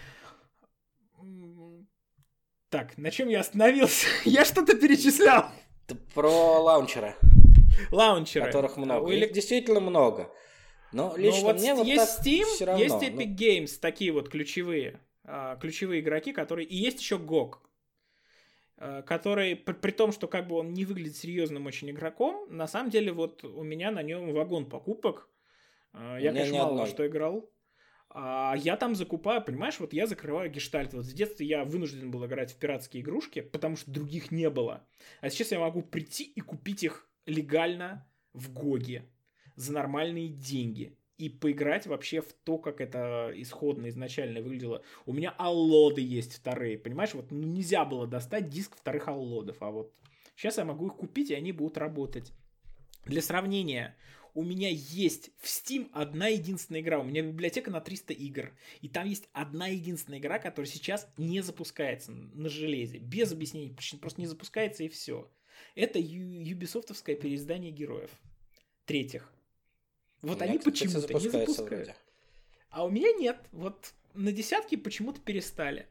Так, на чем я остановился? Я что-то перечислял. Про лаунчеры. Лаунчеры. Которых много. Их действительно много. Но лично вот мне вот есть так Steam, все равно. Есть Epic ну... Games, такие вот ключевые. Ключевые игроки, которые... И есть еще джи о джи, который, при, при том, что как бы он не выглядит серьезным очень игроком, на самом деле вот у меня на нем вагон покупок. Я, конечно, мало во что играл. А я там закупаю, понимаешь, вот я закрываю гештальт. Вот в детстве я вынужден был играть в пиратские игрушки, потому что других не было. А сейчас я могу прийти и купить их легально в Гоге за нормальные деньги и поиграть вообще в то, как это исходно, изначально выглядело. У меня аллоды есть вторые, понимаешь? Вот ну, нельзя было достать диск вторых аллодов, а вот сейчас я могу их купить, и они будут работать. Для сравнения, у меня есть в Steam одна единственная игра. У меня библиотека на триста игр. И там есть одна единственная игра, которая сейчас не запускается на железе. Без объяснений. Просто не запускается и все. Это юбисофтовское переиздание героев. Третьих. Вот они почему-то не запускают. Вроде. А у меня нет. Вот на десятки почему-то перестали.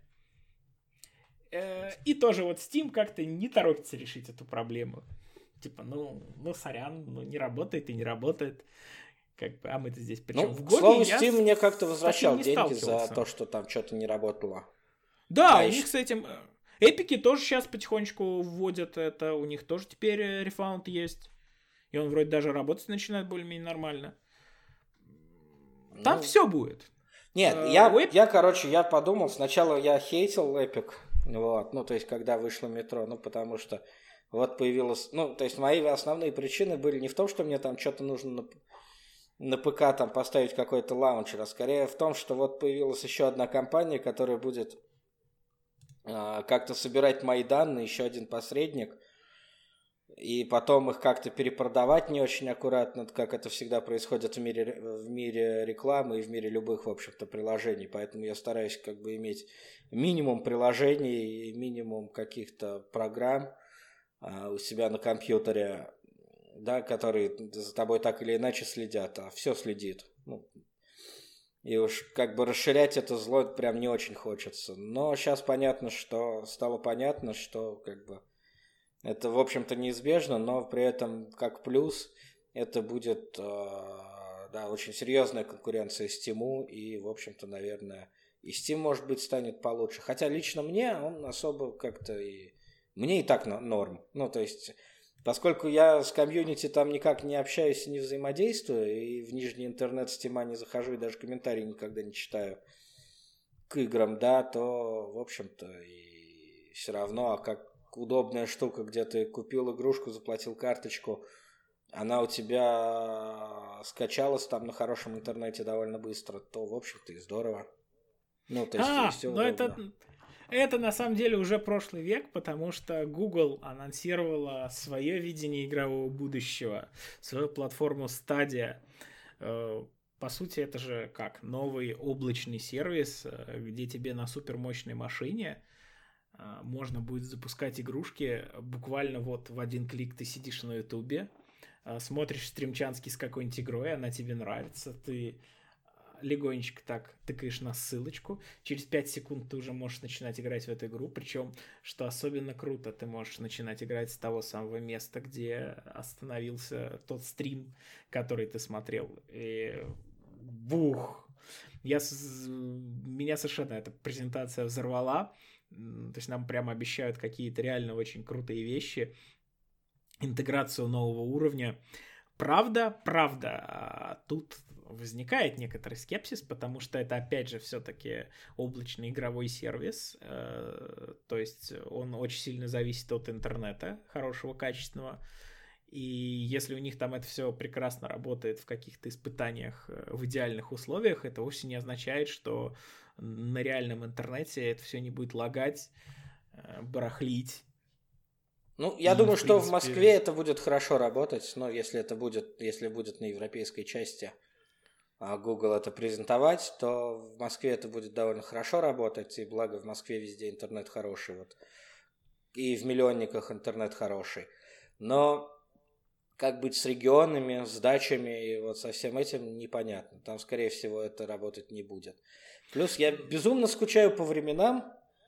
И тоже вот Steam как-то не торопится решить эту проблему. Типа, ну, ну, сорян, ну, не работает и не работает. Как бы, а мы-то здесь причем ну, в Гоге. К слову, я Steam мне как-то возвращал деньги за то, что там что-то не работало. Да, да у них с этим... Эпики тоже сейчас потихонечку вводят это. У них тоже теперь рефаунд есть. И он вроде даже работать начинает более-менее нормально. Там ну, все будет. Нет, а, я, Эп... я, короче, я подумал. Сначала я хейтил Epic. Вот, ну, то есть, когда вышло метро. Ну, потому что вот появилось... Ну, то есть, мои основные причины были не в том, что мне там что-то нужно на, на ПК там поставить какой-то лаунчер, а скорее в том, что вот появилась еще одна компания, которая будет э, как-то собирать мои данные, еще один посредник, и потом их как-то перепродавать не очень аккуратно, как это всегда происходит в мире, в мире рекламы и в мире любых, в общем-то, приложений. Поэтому я стараюсь как бы иметь минимум приложений и минимум каких-то программ а, у себя на компьютере, да, которые за тобой так или иначе следят, а все следит. Ну, и уж как бы расширять это зло прям не очень хочется. Но сейчас понятно, что стало понятно, что как бы это, в общем-то, неизбежно, но при этом, как плюс, это будет, э, да, очень серьезная конкуренция Steam, и, в общем-то, наверное, и Steam, может быть, станет получше. Хотя лично мне он особо как-то и... Мне и так норм. Ну, то есть, поскольку я с комьюнити там никак не общаюсь и не взаимодействую, и в нижний интернет Steam не захожу, и даже комментарии никогда не читаю к играм, да, то, в общем-то, и все равно, а как удобная штука, где ты купил игрушку, заплатил карточку, она у тебя скачалась там на хорошем интернете довольно быстро, то, в общем-то, и здорово. Ну, то есть, а, все но это, это на самом деле уже прошлый век, потому что Google анонсировала свое видение игрового будущего, свою платформу Stadia. По сути, это же как новый облачный сервис, где тебе на супермощной машине можно будет запускать игрушки. Буквально вот в один клик ты сидишь на Ютубе, смотришь стримчанский с какой-нибудь игрой, она тебе нравится, ты легонечко так тыкаешь на ссылочку, через пять секунд ты уже можешь начинать играть в эту игру, причем, что особенно круто, ты можешь начинать играть с того самого места, где остановился тот стрим, который ты смотрел. И бух! Я, меня совершенно эта презентация взорвала. То есть нам прямо обещают какие-то реально очень крутые вещи, интеграцию нового уровня. Правда, правда, тут возникает некоторый скепсис, потому что это, опять же, все-таки облачный игровой сервис, то есть он очень сильно зависит от интернета, хорошего, качественного, И если у них там это все прекрасно работает в каких-то испытаниях в идеальных условиях, это вовсе не означает, что на реальном интернете это все не будет лагать, барахлить. Ну, я И, думаю, в что в принципе- Москве это будет хорошо работать, но если это будет, если будет на европейской части, а Google это презентовать, то в Москве это будет довольно хорошо работать, и благо в Москве везде интернет хороший, вот. И в миллионниках интернет хороший. Но как быть с регионами, с дачами и вот со всем этим непонятно. Там, скорее всего, это работать не будет. Плюс я безумно скучаю по временам,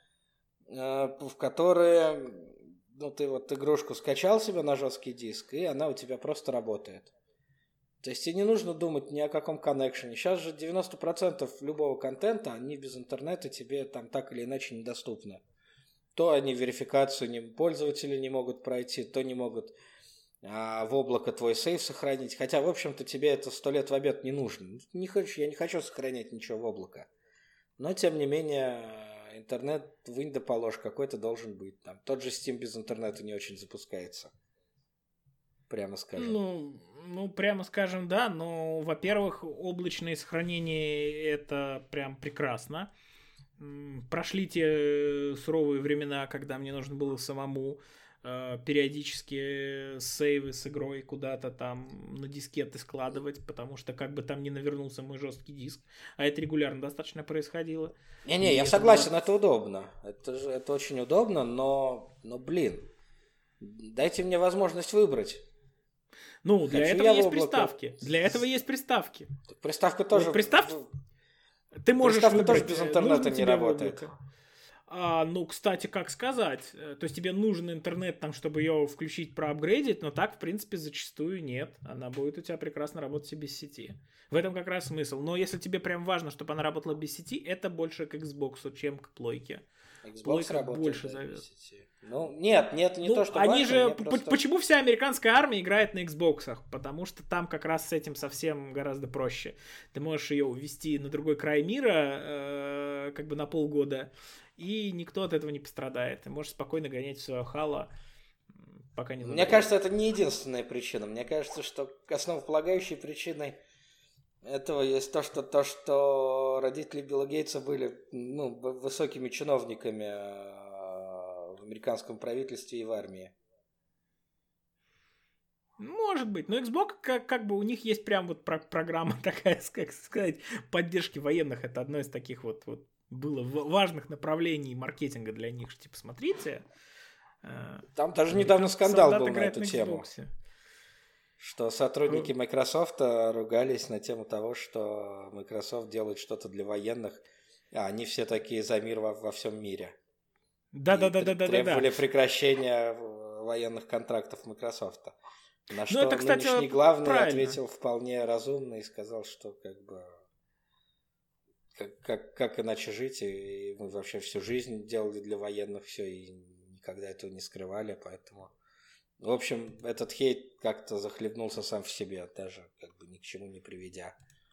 э, в которые, ну, ты вот игрушку скачал себе на жесткий диск, и она у тебя просто работает. То есть тебе не нужно думать ни о каком коннекшене. Сейчас же девяносто процентов любого контента, они без интернета тебе там так или иначе недоступны. То они верификацию не, пользователи не могут пройти, то не могут а, в облако твой сейф сохранить. Хотя, в общем-то, тебе это сто лет в обед не нужно. Не хочу, я не хочу сохранять ничего в облако. Но, тем не менее, интернет вынь да положь, какой-то должен быть. Там тот же Steam без интернета не очень запускается. Прямо скажем. Ну, ну, прямо скажем, да, но, во-первых, облачное сохранение это прям прекрасно. М, Прошли те суровые времена, когда мне нужно было самому э, периодически сейвы с игрой куда-то там на дискеты складывать, потому что как бы там не навернулся мой жесткий диск, а это регулярно достаточно происходило. Не-не, И я это согласен, было- это удобно. Это, же, это очень удобно, но, но, блин, дайте мне возможность выбрать. Ну, для Хочу этого я в есть облако. приставки. Для этого есть приставки. Так приставка тоже... Вот представь, Ты можешь Приставка выбрать, тоже без э, интернета нужно не тебе работает. облако. А, ну, кстати, как сказать, э, то есть тебе нужен интернет, там, чтобы ее включить, проапгрейдить, но так, в принципе, зачастую нет. Она будет у тебя прекрасно работать и без сети. В этом как раз смысл. Но если тебе прям важно, чтобы она работала без сети, это больше к Xbox, чем к плойке. Xbox Плойка работает, больше да, зовет. без сети. Ну, нет, нет, не Ну, то, что они важно, же... мне п- просто- Почему вся американская армия играет на Xbox? Потому что там как раз с этим совсем гораздо проще. Ты можешь ее увезти на другой край мира, э, как бы на полгода, и никто от этого не пострадает. Ты можешь спокойно гонять в свое хало, м, пока не Мне надоест. кажется, это не единственная причина. Мне кажется, что основополагающей причиной этого есть то, что, то, что родители Билла Гейтса были ну, в- высокими чиновниками э, в американском правительстве и в армии. Может быть, но Xbox, как, как бы у них есть прям вот про- программа такая, как сказать, поддержки военных. Это одно из таких вот, вот было в- важных направлений маркетинга для них. Типа, смотрите. э, Там даже недавно американский скандал солдат был на играет эту на тему. Xbox. Что сотрудники Microsoft ругались на тему того, что Microsoft делает что-то для военных, а они все такие за мир во, во всем мире. И Да-да-да-да-да-да. требовали прекращения военных контрактов Microsoft. На что это, кстати, нынешний главный правильно. ответил вполне разумно и сказал, что как бы как, как, как иначе жить, и мы вообще всю жизнь делали для военных все и никогда этого не скрывали, поэтому... В общем, этот хейт как-то захлебнулся сам в себе, даже как бы ни к чему не приведя.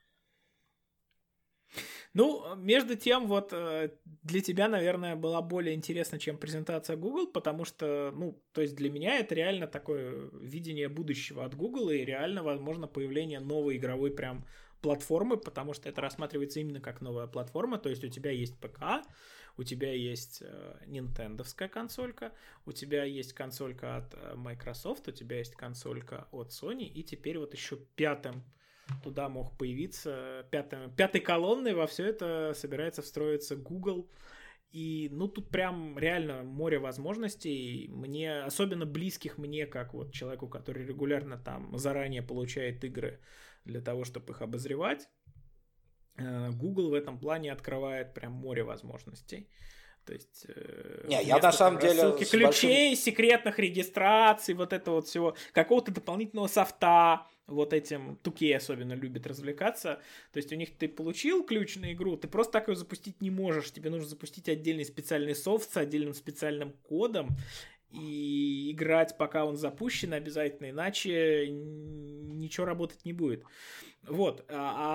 Ну, между тем, вот э, для тебя, наверное, была более интересна, чем презентация Google, потому что, ну, то есть для меня это реально такое видение будущего от Google и реально, возможно, появление новой игровой прям платформы, потому что это рассматривается именно как новая платформа, то есть у тебя есть ПК, у тебя есть э, нинтендовская консолька, у тебя есть консолька от э, Microsoft, у тебя есть консолька от Sony, и теперь вот еще пятым туда мог появиться, пятым, пятой колонной во все это собирается встроиться Google. И, ну, тут прям реально море возможностей. Мне, особенно близких мне, как вот человеку, который регулярно там заранее получает игры для того, чтобы их обозревать. Google в этом плане открывает прям море возможностей. То есть, Не, я на самом деле рассылки ключей, большим... секретных регистраций, вот это вот всего, какого-то дополнительного софта, вот этим ту кей особенно любит развлекаться. То есть у них ты получил ключ на игру, ты просто так ее запустить не можешь, тебе нужно запустить отдельный специальный софт с отдельным специальным кодом и играть, пока он запущен обязательно, иначе ничего работать не будет. Вот, а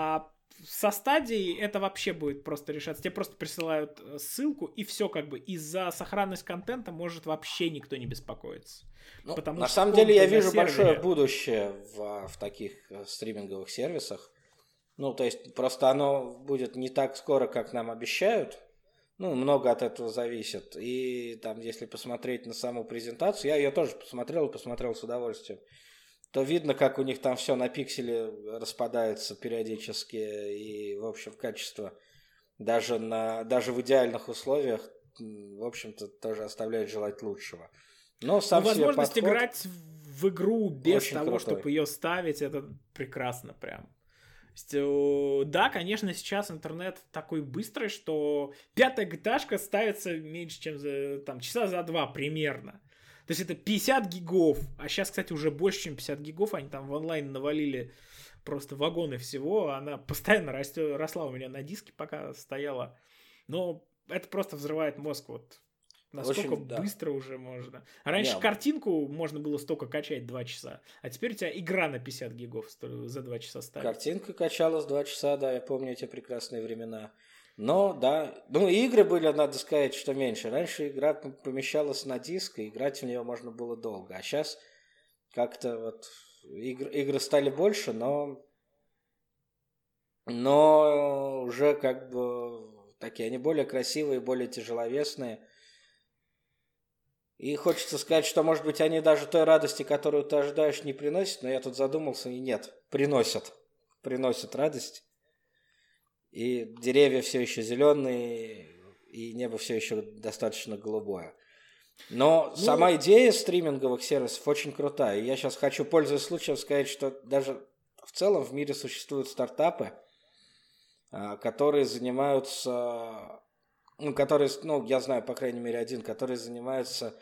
со стадией это вообще будет просто решаться. Тебе просто присылают ссылку, и все как бы. И за сохранность контента может вообще никто не беспокоиться. Ну, Потому на что самом деле я вижу сервере... большое будущее в, в таких стриминговых сервисах. Ну, то есть просто оно будет не так скоро, как нам обещают. Ну, много от этого зависит. И там, если посмотреть на саму презентацию, я ее тоже посмотрел и посмотрел с удовольствием, то видно, как у них там все на пиксели распадается периодически. И, в общем, качество даже, на, даже в идеальных условиях, в общем-то, тоже оставляет желать лучшего. Но сам ну, себе возможность подход играть в игру без очень того, крутой. чтобы ее ставить, это прекрасно прям. Да, конечно, сейчас интернет такой быстрый, что пятая джи ти эй-шка ставится меньше, чем за, там, часа за два примерно. То есть это пятьдесят гигов, а сейчас, кстати, уже больше, чем пятьдесят гигов, они там в онлайн навалили просто вагоны всего, она постоянно растет, росла у меня на диске, пока стояла. Но это просто взрывает мозг, вот. Насколько Очень, быстро да. уже можно. Раньше Yeah. картинку можно было столько качать два часа, а теперь у тебя игра на пятьдесят гигов за два часа ставит. Картинка качалась два часа, да, я помню эти прекрасные времена. Но, да, ну игры были, надо сказать, что меньше. Раньше игра помещалась на диск, и играть в нее можно было долго. А сейчас как-то вот игр, игры стали больше, но, но уже как бы такие, они более красивые, более тяжеловесные. И хочется сказать, что, может быть, они даже той радости, которую ты ожидаешь, не приносят, но я тут задумался, и нет, приносят. Приносят радость. И деревья все еще зеленые, и небо все еще достаточно голубое. Но ну, сама идея стриминговых сервисов очень крутая. И я сейчас хочу, пользуясь случаем, сказать, что даже в целом в мире существуют стартапы, которые занимаются... Ну, которые, ну, я знаю, по крайней мере, один, который занимается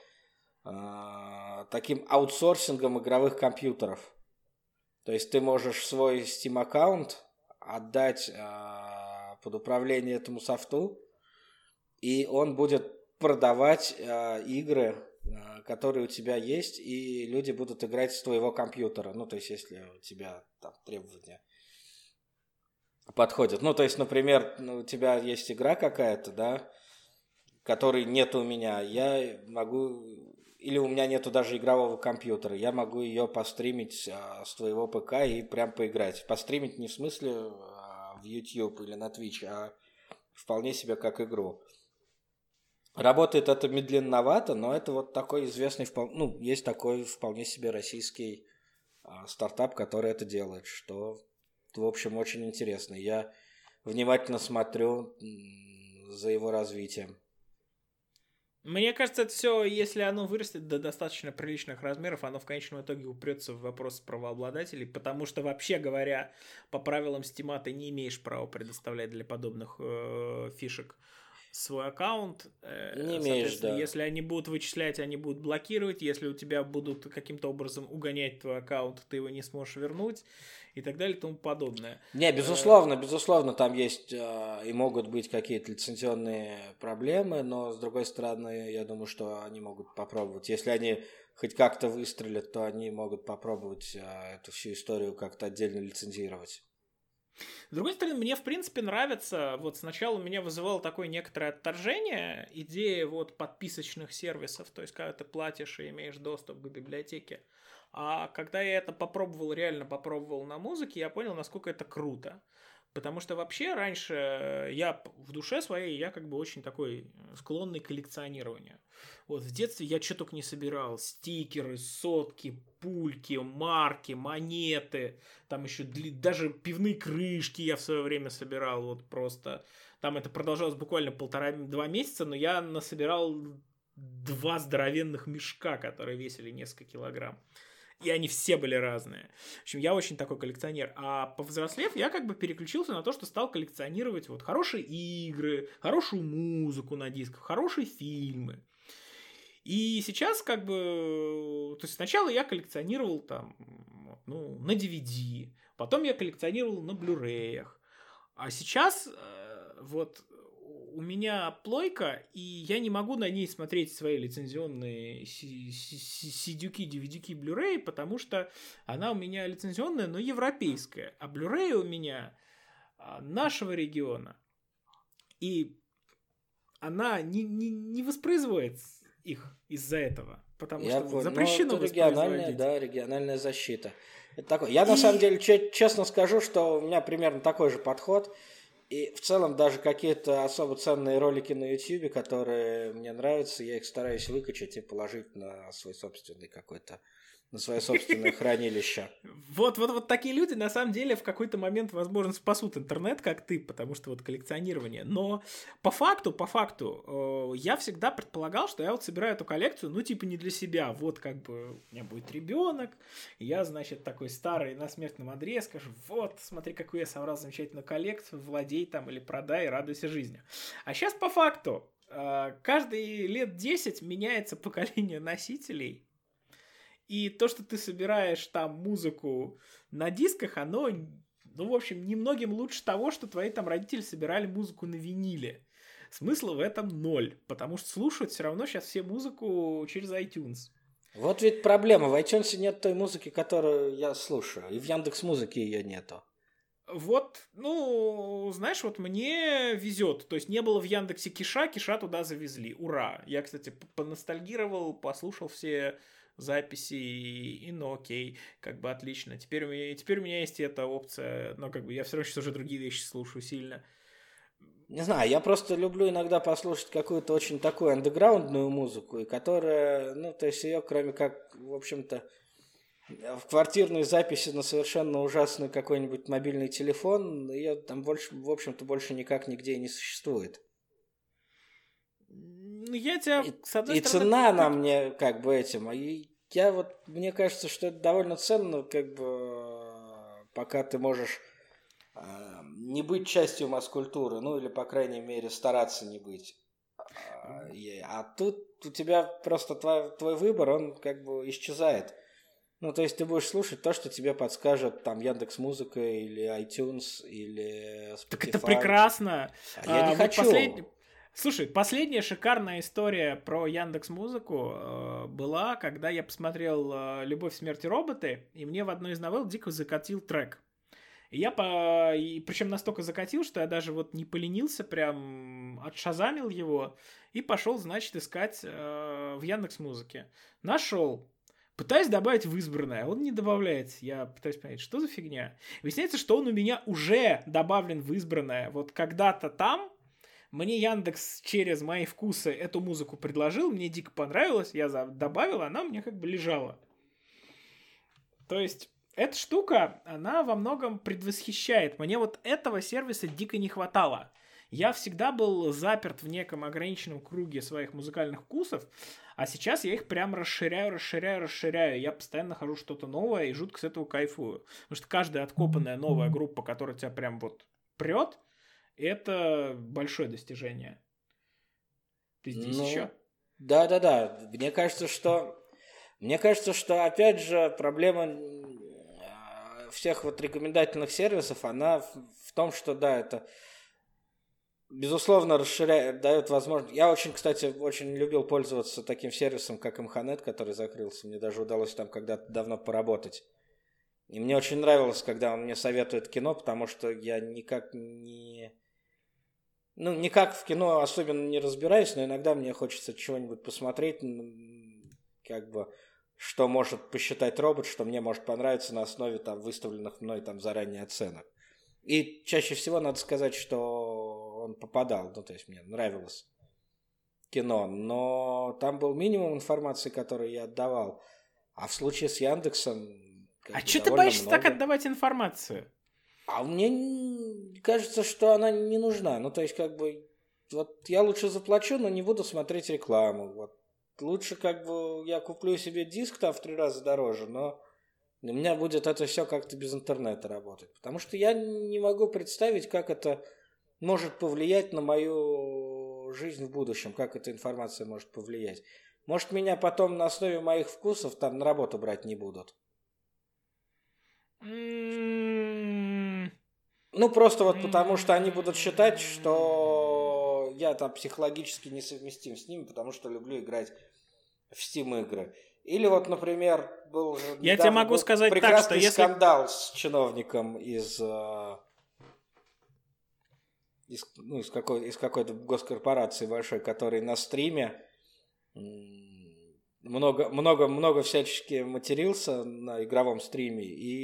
э, таким аутсорсингом игровых компьютеров. То есть ты можешь свой Steam аккаунт отдать э, под управление этому софту, и он будет продавать э, игры, э, которые у тебя есть, и люди будут играть с твоего компьютера. Ну, то есть, если у тебя там требования подходят. Ну, то есть, например, у тебя есть игра какая-то, да, которой нет у меня. Я могу... Или у меня нету даже игрового компьютера. Я могу ее постримить а, с твоего ПК и прям поиграть. Постримить не в смысле а, в YouTube или на Twitch, а вполне себе как игру. Работает это медленновато, но это вот такой известный... Ну, есть такой вполне себе российский а, стартап, который это делает, что... В общем, очень интересно. Я внимательно смотрю за его развитием. Мне кажется, это все, если оно вырастет до достаточно приличных размеров, оно в конечном итоге упрется в вопрос правообладателей, потому что, вообще говоря, по правилам Steam ты не имеешь права предоставлять для подобных э, фишек свой аккаунт. Не имеешь, да. Если они будут вычислять, они будут блокировать. Если у тебя будут каким-то образом угонять твой аккаунт, ты его не сможешь вернуть. И так далее и тому подобное. Не, безусловно, безусловно, там есть э, и могут быть какие-то лицензионные проблемы, но, с другой стороны, я думаю, что они могут попробовать. Если они хоть как-то выстрелят, то они могут попробовать э, эту всю историю как-то отдельно лицензировать. С другой стороны, мне, в принципе, нравится, вот сначала меня вызывало такое некоторое отторжение, идея вот подписочных сервисов, то есть, когда ты платишь и имеешь доступ к библиотеке. А когда я это попробовал, реально попробовал на музыке, я понял, насколько это круто. Потому что вообще раньше я в душе своей, я как бы очень такой склонный к коллекционированию. Вот в детстве я что только не собирал. Стикеры, сотки, пульки, марки, монеты. Там еще даже пивные крышки я в свое время собирал. Вот просто. Там это продолжалось буквально полтора-два месяца, но я насобирал два здоровенных мешка, которые весили несколько килограмм. И они все были разные. В общем, я очень такой коллекционер. А повзрослев, я как бы переключился на то, что стал коллекционировать вот хорошие игры, хорошую музыку на дисках, хорошие фильмы. И сейчас как бы... То есть сначала я коллекционировал там, ну, на ди ви ди, потом я коллекционировал на Blu-ray. А сейчас вот... У меня плойка, и я не могу на ней смотреть свои лицензионные си-дюки, ди ви ди-ки, Blu-ray, потому что она у меня лицензионная, но европейская. А Blu-ray у меня нашего региона, и она не, не, не воспроизводит их из-за этого, потому Я что вот понял. запрещено Ну, это региональная, воспроизводить. да, региональная защита. Это такое. Я и... на самом деле честно скажу, что у меня примерно такой же подход. И в целом даже какие-то особо ценные ролики на YouTube, которые мне нравятся, я их стараюсь выкачать и положить на свой собственный какой-то, на свое собственное хранилище. Вот, вот, вот такие люди на самом деле в какой-то момент, возможно, спасут интернет, как ты, потому что вот коллекционирование. Но по факту, по факту, э, я всегда предполагал, что я вот собираю эту коллекцию, ну, типа не для себя. Вот как бы у меня будет ребенок, я, значит, такой старый на смертном одре скажу, вот, смотри, какую я собрал замечательную коллекцию, владей там или продай, радуйся жизни. А сейчас по факту, э, каждые лет десять меняется поколение носителей. И то, что ты собираешь там музыку на дисках, оно, ну, в общем, немногим лучше того, что твои там родители собирали музыку на виниле. Смысла в этом ноль, потому что слушают все равно сейчас все музыку через iTunes. Вот ведь проблема. В iTunes нет той музыки, которую я слушаю. И в Яндекс.Музыке ее нету. Вот, ну, знаешь, вот мне везет. То есть не было в Яндексе Киша, Киша туда завезли. Ура! Я, кстати, поностальгировал, послушал все записи, и ну окей, как бы отлично. Теперь у меня, теперь у меня есть эта опция, но как бы я все равно сейчас уже другие вещи слушаю сильно. Не знаю, я просто люблю иногда послушать какую-то очень такую андеграундную музыку, и которая, ну, то есть ее, кроме как, в общем-то, в квартирной записи на совершенно ужасный какой-нибудь мобильный телефон, ее там больше, в общем-то, больше никак нигде и не существует. Я тебя, и, с одной и стороны... цена она мне как бы этим. И я вот, мне кажется, что это довольно ценно, как бы, пока ты можешь э, не быть частью масс-культуры, ну или, по крайней мере, стараться не быть. А, а тут у тебя просто твой, твой выбор, он как бы исчезает. Ну, то есть ты будешь слушать то, что тебе подскажет там Яндекс.Музыка или iTunes или Spotify. Так это прекрасно. А я не а, хочу. Вот послед... Слушай, последняя шикарная история про Яндекс.Музыку э, была, когда я посмотрел э, «Любовь, смерть и роботы», и мне в одной из новелл дико закатил трек. И я по... и, причем настолько закатил, что я даже вот не поленился, прям отшазамил его и пошел, значит, искать э, в Яндекс.Музыке. Нашел. Пытаюсь добавить в избранное, он не добавляется. Я пытаюсь понять, что за фигня. Выясняется, что он у меня уже добавлен в избранное. Вот когда-то там мне Яндекс через мои вкусы эту музыку предложил, мне дико понравилось, я добавил, она у меня как бы лежала. То есть эта штука, она во многом предвосхищает. Мне вот этого сервиса дико не хватало. Я всегда был заперт в неком ограниченном круге своих музыкальных вкусов, а сейчас я их прям расширяю, расширяю, расширяю. Я постоянно нахожу что-то новое и жутко с этого кайфую. Потому что каждая откопанная новая группа, которая тебя прям вот прет, это большое достижение. Ты здесь ну, еще? Да-да-да. Мне кажется, что... Мне кажется, что, опять же, проблема всех вот рекомендательных сервисов, она в том, что, да, это... Безусловно, расширяет, дает возможность. Я очень, кстати, очень любил пользоваться таким сервисом, как Мханет, который закрылся. Мне даже удалось там когда-то давно поработать. И мне очень нравилось, когда он мне советует кино, потому что я никак не... Ну, никак в кино особенно не разбираюсь, но иногда мне хочется чего-нибудь посмотреть, как бы, что может посчитать робот, что мне может понравиться на основе там выставленных мной там заранее оценок. И чаще всего надо сказать, что он попадал, ну, то есть мне нравилось кино, но там был минимум информации, которую я отдавал. А в случае с Яндексом... А что ты боишься много... так отдавать информацию? А мне кажется, что она не нужна. Ну, то есть, как бы, вот я лучше заплачу, но не буду смотреть рекламу. Вот. Лучше, как бы, я куплю себе диск там в три раза дороже, но у меня будет это все как-то без интернета работать. Потому что я не могу представить, как это может повлиять на мою жизнь в будущем, как эта информация может повлиять. Может, меня потом на основе моих вкусов там на работу брать не будут. Mm-hmm. Ну, просто вот потому, что они будут считать, что я там психологически несовместим с ними, потому что люблю играть в Steam игры. Или вот, например, был я тебе могу сказать прекрасный так, что если... скандал с чиновником из... из, ну, из, какой, из какой-то госкорпорации большой, который на стриме много, много, много всячески матерился на игровом стриме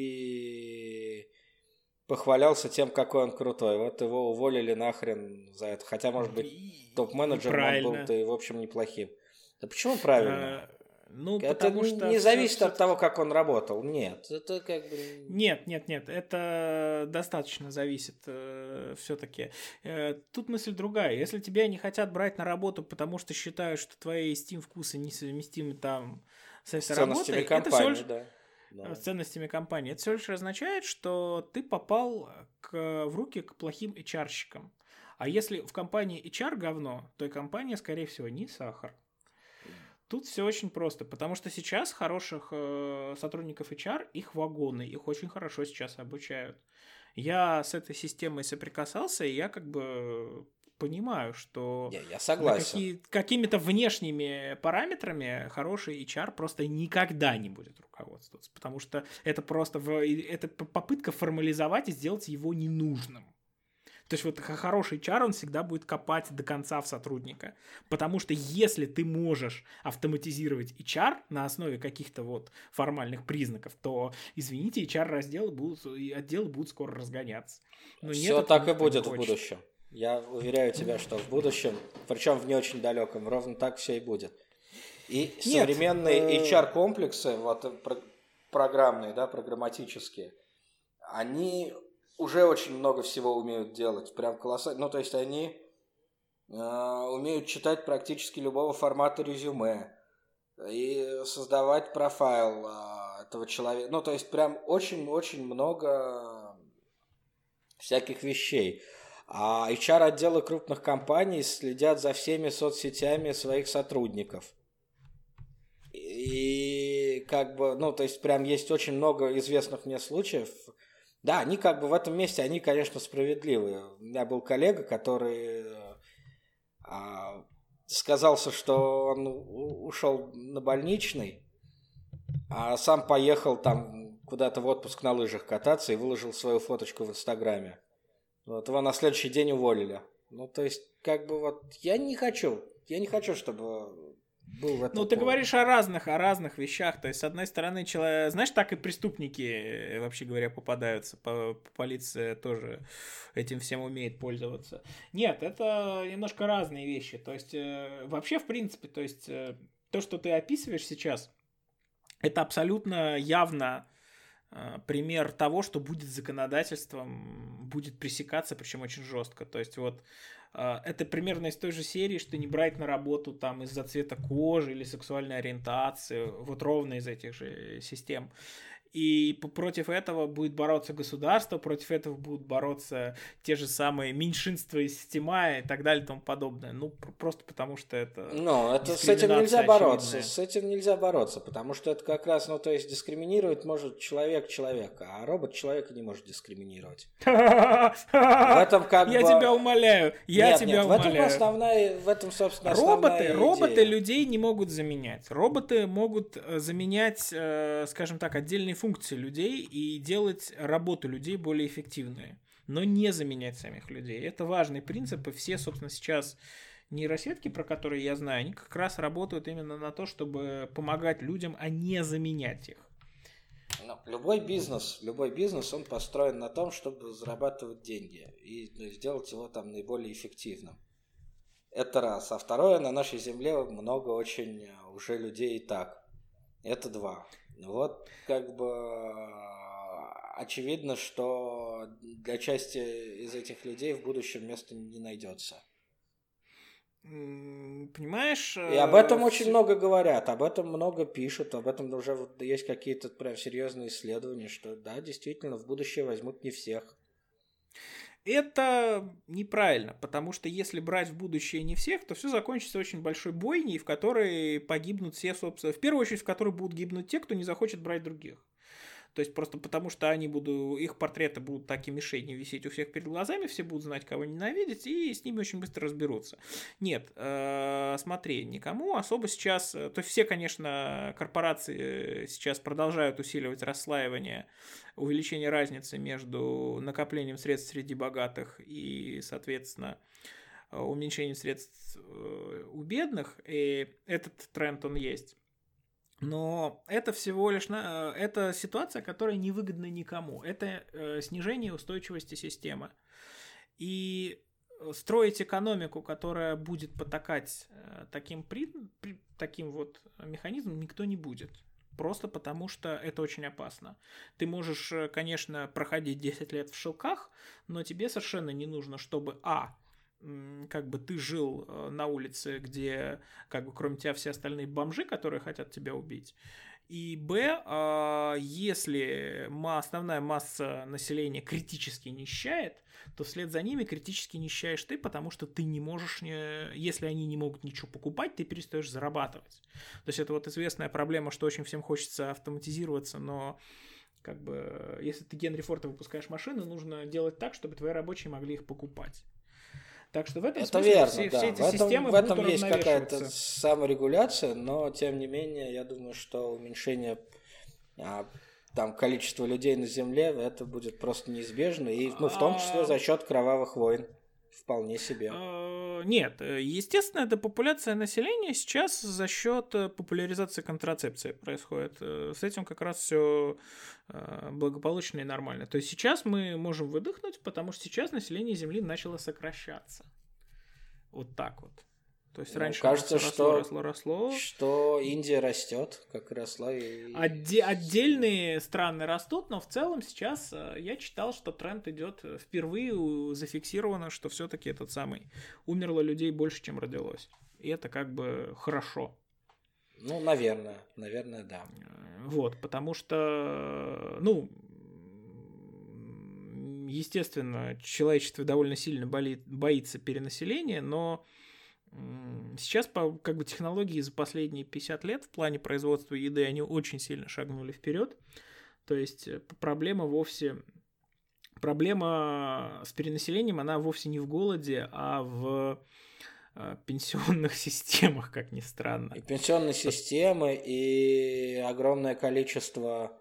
и похвалялся тем, какой он крутой. Вот его уволили нахрен за это. Хотя, может быть, топ-менеджером он был-то и, в общем, неплохим. Да почему правильно? А, ну, это потому не, что не зависит все, от того, как он работал. Нет, это как бы... Нет, нет, нет, это достаточно зависит э, все-таки. Э, тут мысль другая. Если тебя не хотят брать на работу, потому что считают, что твои Steam вкусы несовместимы там с этой работой, это всего лишь... да. Да. С ценностями компании. Это всего лишь означает, что ты попал к, в руки к плохим эйч ар-щикам. А если в компании эйч ар говно, то и компания, скорее всего, не сахар. Тут все очень просто, потому что сейчас хороших э, сотрудников эйч ар, их вагоны, их очень хорошо сейчас обучают. Я с этой системой соприкасался, и я как бы понимаю, что я, я согласен. Какие, какими-то внешними параметрами хороший эйч ар просто никогда не будет руководствоваться, потому что это просто в, это попытка формализовать и сделать его ненужным. То есть вот хороший эйч ар, он всегда будет копать до конца в сотрудника. Потому что если ты можешь автоматизировать эйч ар на основе каких-то вот формальных признаков, то, извините, эйч ар-разделы будут, и отделы будут скоро разгоняться. Но Все нет, так и будет в будущем. Я уверяю тебя, что в будущем, причем в не очень далеком, ровно так все и будет. И нет, современные э... эйч ар-комплексы, вот программные, да, программатические, они... уже очень много всего умеют делать, прям колоссально. Ну, то есть они э, умеют читать практически любого формата резюме и создавать профайл э, этого человека. Ну, то есть прям очень-очень много всяких вещей. А эйч ар-отделы крупных компаний следят за всеми соцсетями своих сотрудников. И как бы, ну, то есть прям есть очень много известных мне случаев. Да, они как бы в этом месте, они, конечно, справедливы. У меня был коллега, который а, сказался, что он ушел на больничный, а сам поехал там куда-то в отпуск на лыжах кататься и выложил свою фоточку в Инстаграме. Вот его на следующий день уволили. Ну, то есть, как бы вот, я не хочу, я не хочу, чтобы... был в этом ну, ты говоришь о разных, о разных вещах. То есть, с одной стороны, человек, знаешь, так и преступники, вообще говоря, попадаются. Полиция тоже этим всем умеет пользоваться. Нет, это немножко разные вещи. То есть, вообще, в принципе, то есть, то, что ты описываешь сейчас, это абсолютно явно пример того, что будет законодательством, будет пресекаться, причем очень жестко. То есть, вот это примерно из той же серии, что не брать на работу там из-за цвета кожи или сексуальной ориентации, вот ровно из этих же систем. И против этого будет бороться государство, против этого будут бороться те же самые меньшинства из системы и так далее и тому подобное. Ну, просто потому что это... Ну, это с этим нельзя очевидная. бороться. С этим нельзя бороться, потому что это как раз, ну, то есть дискриминировать может человек человека, а робот человека не может дискриминировать. В этом как бы... Я тебя умоляю, я тебя умоляю. В этом основная, в этом, собственно, основная идея. Роботы людей не могут заменять. Роботы могут заменять, скажем так, отдельные функции людей и делать работу людей более эффективной, но не заменять самих людей. Это важный принцип, и все, собственно, сейчас нейросетки, про которые я знаю, они как раз работают именно на то, чтобы помогать людям, а не заменять их. Но любой бизнес, любой бизнес, он построен на том, чтобы зарабатывать деньги и сделать его там наиболее эффективным. Это раз. А второе, на нашей земле много очень уже людей и так. Это два. Вот как бы очевидно, что для части из этих людей в будущем места не найдется. Понимаешь? И об этом э... очень много говорят, об этом много пишут, об этом уже вот есть какие-то прям серьезные исследования, что да, действительно, в будущее возьмут не всех. Это неправильно, потому что если брать в будущее не всех, то все закончится очень большой бойней, в которой погибнут все, собственно, в первую очередь, в которой будут гибнуть те, кто не захочет брать других. То есть просто потому, что они будут, их портреты будут так и мишенью висеть у всех перед глазами, все будут знать, кого ненавидеть, и с ними очень быстро разберутся. Нет, э, смотри, никому особо сейчас... То есть все, конечно, корпорации сейчас продолжают усиливать расслаивание, увеличение разницы между накоплением средств среди богатых и, соответственно, уменьшением средств у бедных, и этот тренд, он есть. Но это всего лишь это ситуация, которая невыгодна никому. Это снижение устойчивости системы. И строить экономику, которая будет потакать таким, таким вот механизмом, никто не будет. Просто потому, что это очень опасно. Ты можешь, конечно, проходить десять лет в шелках, но тебе совершенно не нужно, чтобы а. как бы ты жил на улице, где как бы кроме тебя все остальные бомжи, которые хотят тебя убить. И б, если основная масса населения критически нищает, то вслед за ними критически нищаешь ты, потому что ты не можешь, если они не могут ничего покупать, ты перестаешь зарабатывать. То есть это вот известная проблема, что очень всем хочется автоматизироваться, но как бы если ты Генри Форда выпускаешь машины, нужно делать так, чтобы твои рабочие могли их покупать. Так что в этом это смысле верно, все, да. все эти в этом, системы в этом будут есть какая-то саморегуляция, но тем не менее, я думаю, что уменьшение а, там, количества людей на Земле, это будет просто неизбежно, и ну, в том числе за счет кровавых войн. Вполне себе. Нет, естественно, депопуляция населения сейчас за счет популяризации контрацепции происходит. С этим как раз все благополучно и нормально. То есть сейчас мы можем выдохнуть, потому что сейчас население Земли начало сокращаться. Вот так вот. То есть ну, раньше кажется, росло, что, росло, росло. Что Индия растет, как и росла. И... Отде- отдельные страны растут, но в целом сейчас я читал, что тренд идет впервые, зафиксировано, что все-таки этот самый умерло людей больше, чем родилось. И это как бы хорошо. Ну, наверное, наверное, да. Вот, потому что, ну, естественно, человечество довольно сильно болит, боится перенаселения, но сейчас как бы технологии за последние пятьдесят лет в плане производства еды, они очень сильно шагнули вперед. То есть проблема вовсе... Проблема с перенаселением, она вовсе не в голоде, а в пенсионных системах, как ни странно. И пенсионные системы, и огромное количество...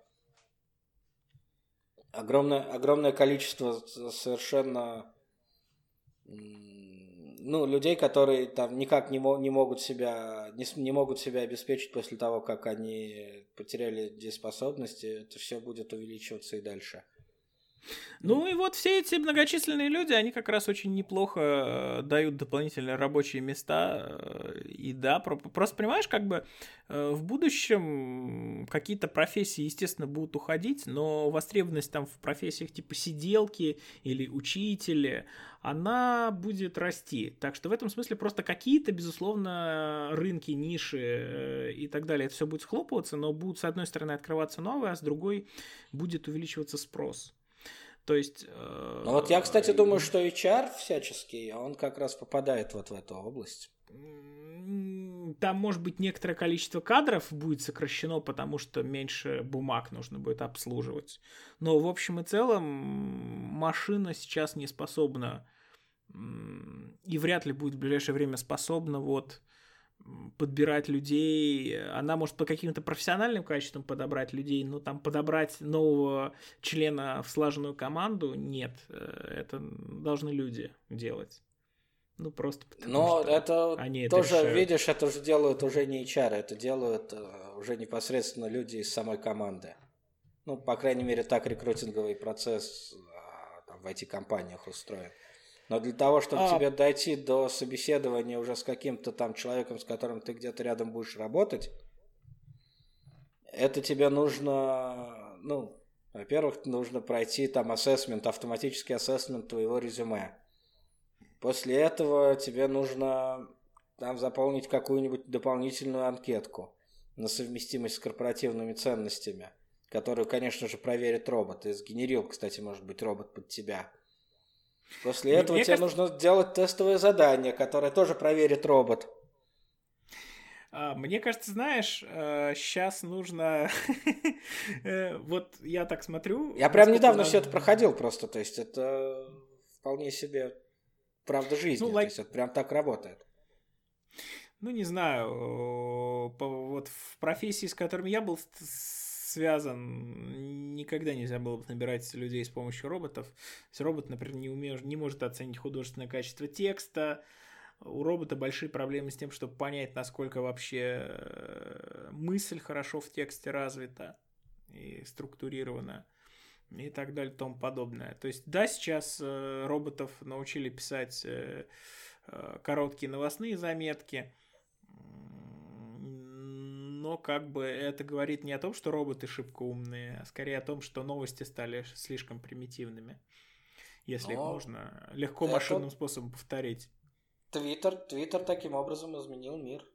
Огромное, огромное количество совершенно... Ну, людей, которые там никак не, мо- не могут себя не, не могут себя обеспечить после того, как они потеряли дееспособность, это все будет увеличиваться и дальше. Ну и вот все эти многочисленные люди, они как раз очень неплохо дают дополнительные рабочие места. И да, просто понимаешь, как бы в будущем какие-то профессии, естественно, будут уходить, но востребованность там в профессиях типа сиделки или учители, она будет расти. Так что в этом смысле просто какие-то, безусловно, рынки, ниши и так далее, это все будет схлопываться, но будут с одной стороны открываться новые, а с другой будет увеличиваться спрос. То есть... Э, ну вот я, кстати, думаю, что эйч ар всяческий, он как раз попадает вот в эту область. Там, может быть, некоторое количество кадров будет сокращено, потому что меньше бумаг нужно будет обслуживать. Но в общем и целом машина сейчас не способна и вряд ли будет в ближайшее время способна вот подбирать людей, она может по каким-то профессиональным качествам подобрать людей, но там подобрать нового члена в слаженную команду нет, это должны люди делать. Ну просто потому но что это они тоже, это видишь, это уже делают уже не эйч ар, это делают уже непосредственно люди из самой команды. Ну, по крайней мере, так рекрутинговый процесс там, в ай ти-компаниях устроен. Но для того, чтобы а... тебе дойти до собеседования уже с каким-то там человеком, с которым ты где-то рядом будешь работать, это тебе нужно, ну, во-первых, нужно пройти там ассессмент, автоматический ассессмент твоего резюме. После этого тебе нужно там заполнить какую-нибудь дополнительную анкетку на совместимость с корпоративными ценностями, которую, конечно же, проверит робот. И сгенерил, кстати, может быть, робот под тебя. После этого Мне тебе кажется... нужно сделать тестовое задание, которое тоже проверит робот. Мне кажется, знаешь, сейчас нужно... Вот я так смотрю... Я прям недавно все это проходил просто, то есть это вполне себе правда жизни, то есть это прям так работает. Ну, не знаю, вот в профессии, с которыми я был связан, никогда нельзя было бы набирать людей с помощью роботов. Робот, например, не, умеет, не может оценить художественное качество текста. У робота большие проблемы с тем, чтобы понять, насколько вообще мысль хорошо в тексте развита и структурирована, и так далее, и тому подобное. То есть, да, сейчас роботов научили писать короткие новостные заметки, но как бы это говорит не о том, что роботы шибко умные, а скорее о том, что новости стали слишком примитивными, если но их можно легко это... машинным способом повторить. Твиттер, Твиттер таким образом изменил мир.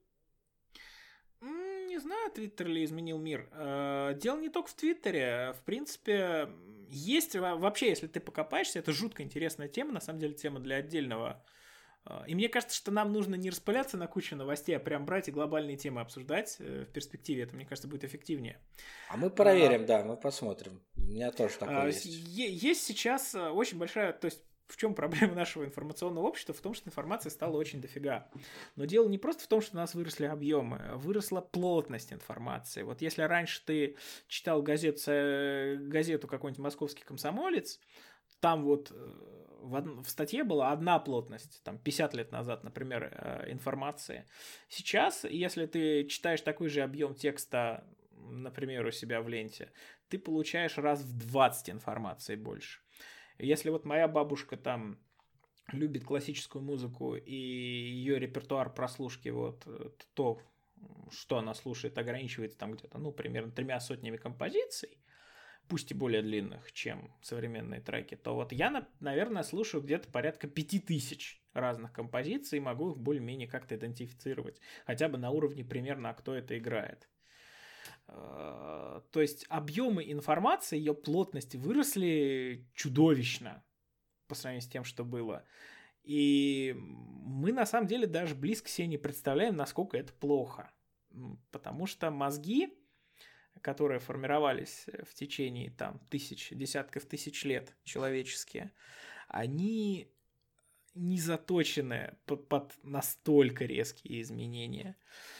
Не знаю, Твиттер ли изменил мир. Дело не только в Твиттере. В принципе, есть вообще, если ты покопаешься, это жутко интересная тема, на самом деле тема для отдельного. И мне кажется, что нам нужно не распыляться на кучу новостей, а прям брать и глобальные темы обсуждать в перспективе. Это, мне кажется, будет эффективнее. А мы проверим, а, да, мы посмотрим. У меня тоже такое а, есть. Есть сейчас очень большая... То есть, в чем проблема нашего информационного общества? В том, что информации стало очень дофига. Но дело не просто в том, что у нас выросли объемы, выросла плотность информации. Вот если раньше ты читал газету, газету какой-нибудь «Московский комсомолец», там вот в, од... в статье была одна плотность, там пятьдесят лет назад, например, информации. Сейчас, если ты читаешь такой же объем текста, например, у себя в ленте, ты получаешь раз в двадцать информации больше. Если вот моя бабушка там любит классическую музыку, и ее репертуар прослушки, вот то, что она слушает, ограничивается там где-то, ну, примерно тремя сотнями композиций, пусть и более длинных, чем современные треки, то вот я, наверное, слушаю где-то порядка пяти тысяч разных композиций и могу их более-менее как-то идентифицировать, хотя бы на уровне примерно, а кто это играет. То есть объемы информации, ее плотность выросли чудовищно по сравнению с тем, что было. И мы на самом деле даже близко себе не представляем, насколько это плохо. Потому что мозги, которые формировались в течение там, тысяч, десятков тысяч лет человеческие, они не заточены под, под настолько резкие изменения.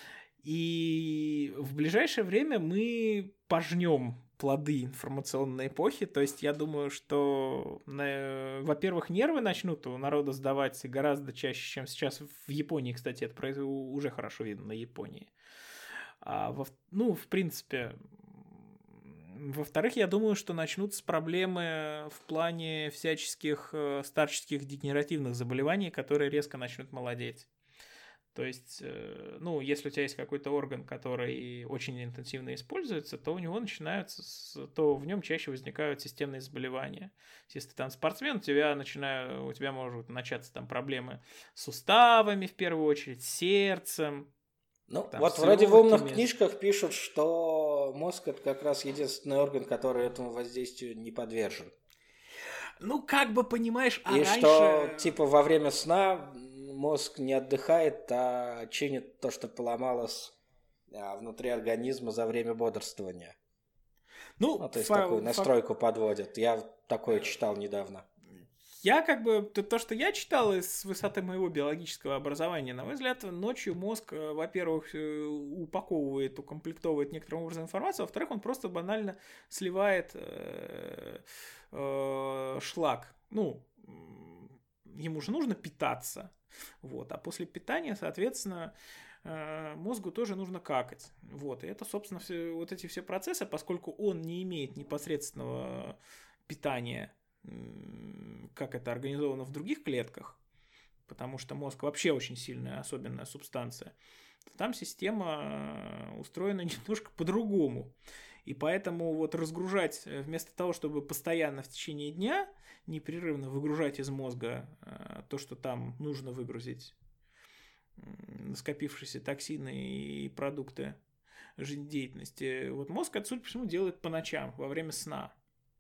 И в ближайшее время мы пожнем плоды информационной эпохи. То есть я думаю, что, во-первых, нервы начнут у народа сдавать гораздо чаще, чем сейчас в Японии. Кстати, это уже хорошо видно на Японии. А во, ну, в принципе... Во-вторых, я думаю, что начнутся проблемы в плане всяческих старческих дегенеративных заболеваний, которые резко начнут молодеть. То есть, ну, если у тебя есть какой-то орган, который очень интенсивно используется, то у него начинаются, то в нем чаще возникают системные заболевания. Если ты там спортсмен, у тебя, начинают, у тебя могут начаться там проблемы с суставами в первую очередь, с сердцем. Ну, там, вот вроде в умных книжках пишут, что мозг – это как раз единственный орган, который этому воздействию не подвержен. Ну, как бы понимаешь, а И раньше... что, типа, во время сна мозг не отдыхает, а чинит то, что поломалось внутри организма за время бодрствования. Ну, ну то есть фа- такую настройку фа- подводят. Я такое читал недавно. Я как бы, то, что я читал с высоты моего биологического образования, на мой взгляд, ночью мозг, во-первых, упаковывает, укомплектовывает некоторым образом информацию, во-вторых, он просто банально сливает э, э, шлак. Ну, ему же нужно питаться. Вот. А после питания, соответственно, э, мозгу тоже нужно какать. Вот. И это, собственно, все, вот эти все процессы, поскольку он не имеет непосредственного питания, как это организовано в других клетках, потому что мозг вообще очень сильная, особенная субстанция, там система устроена немножко по-другому. И поэтому вот разгружать, вместо того, чтобы постоянно в течение дня непрерывно выгружать из мозга то, что там нужно выгрузить, скопившиеся токсины и продукты жизнедеятельности, вот мозг, судя по всему, делает по ночам, во время сна.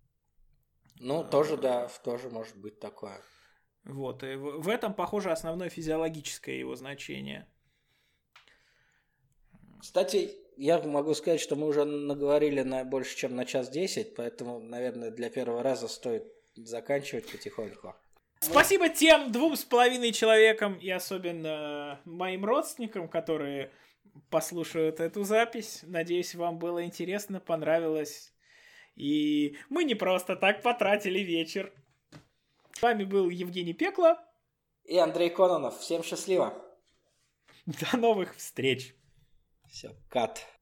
Ну, тоже, да, тоже может быть такое. Вот, и в этом, похоже, основное физиологическое его значение. Кстати, я могу сказать, что мы уже наговорили на больше, чем на час десять, поэтому, наверное, для первого раза стоит заканчивать потихоньку. Спасибо тем двум с половиной человекам и особенно моим родственникам, которые послушают эту запись. Надеюсь, вам было интересно, понравилось. И мы не просто так потратили вечер. С вами был Евгений Пекло. И Андрей Кононов. Всем счастливо. До новых встреч. Все, кат.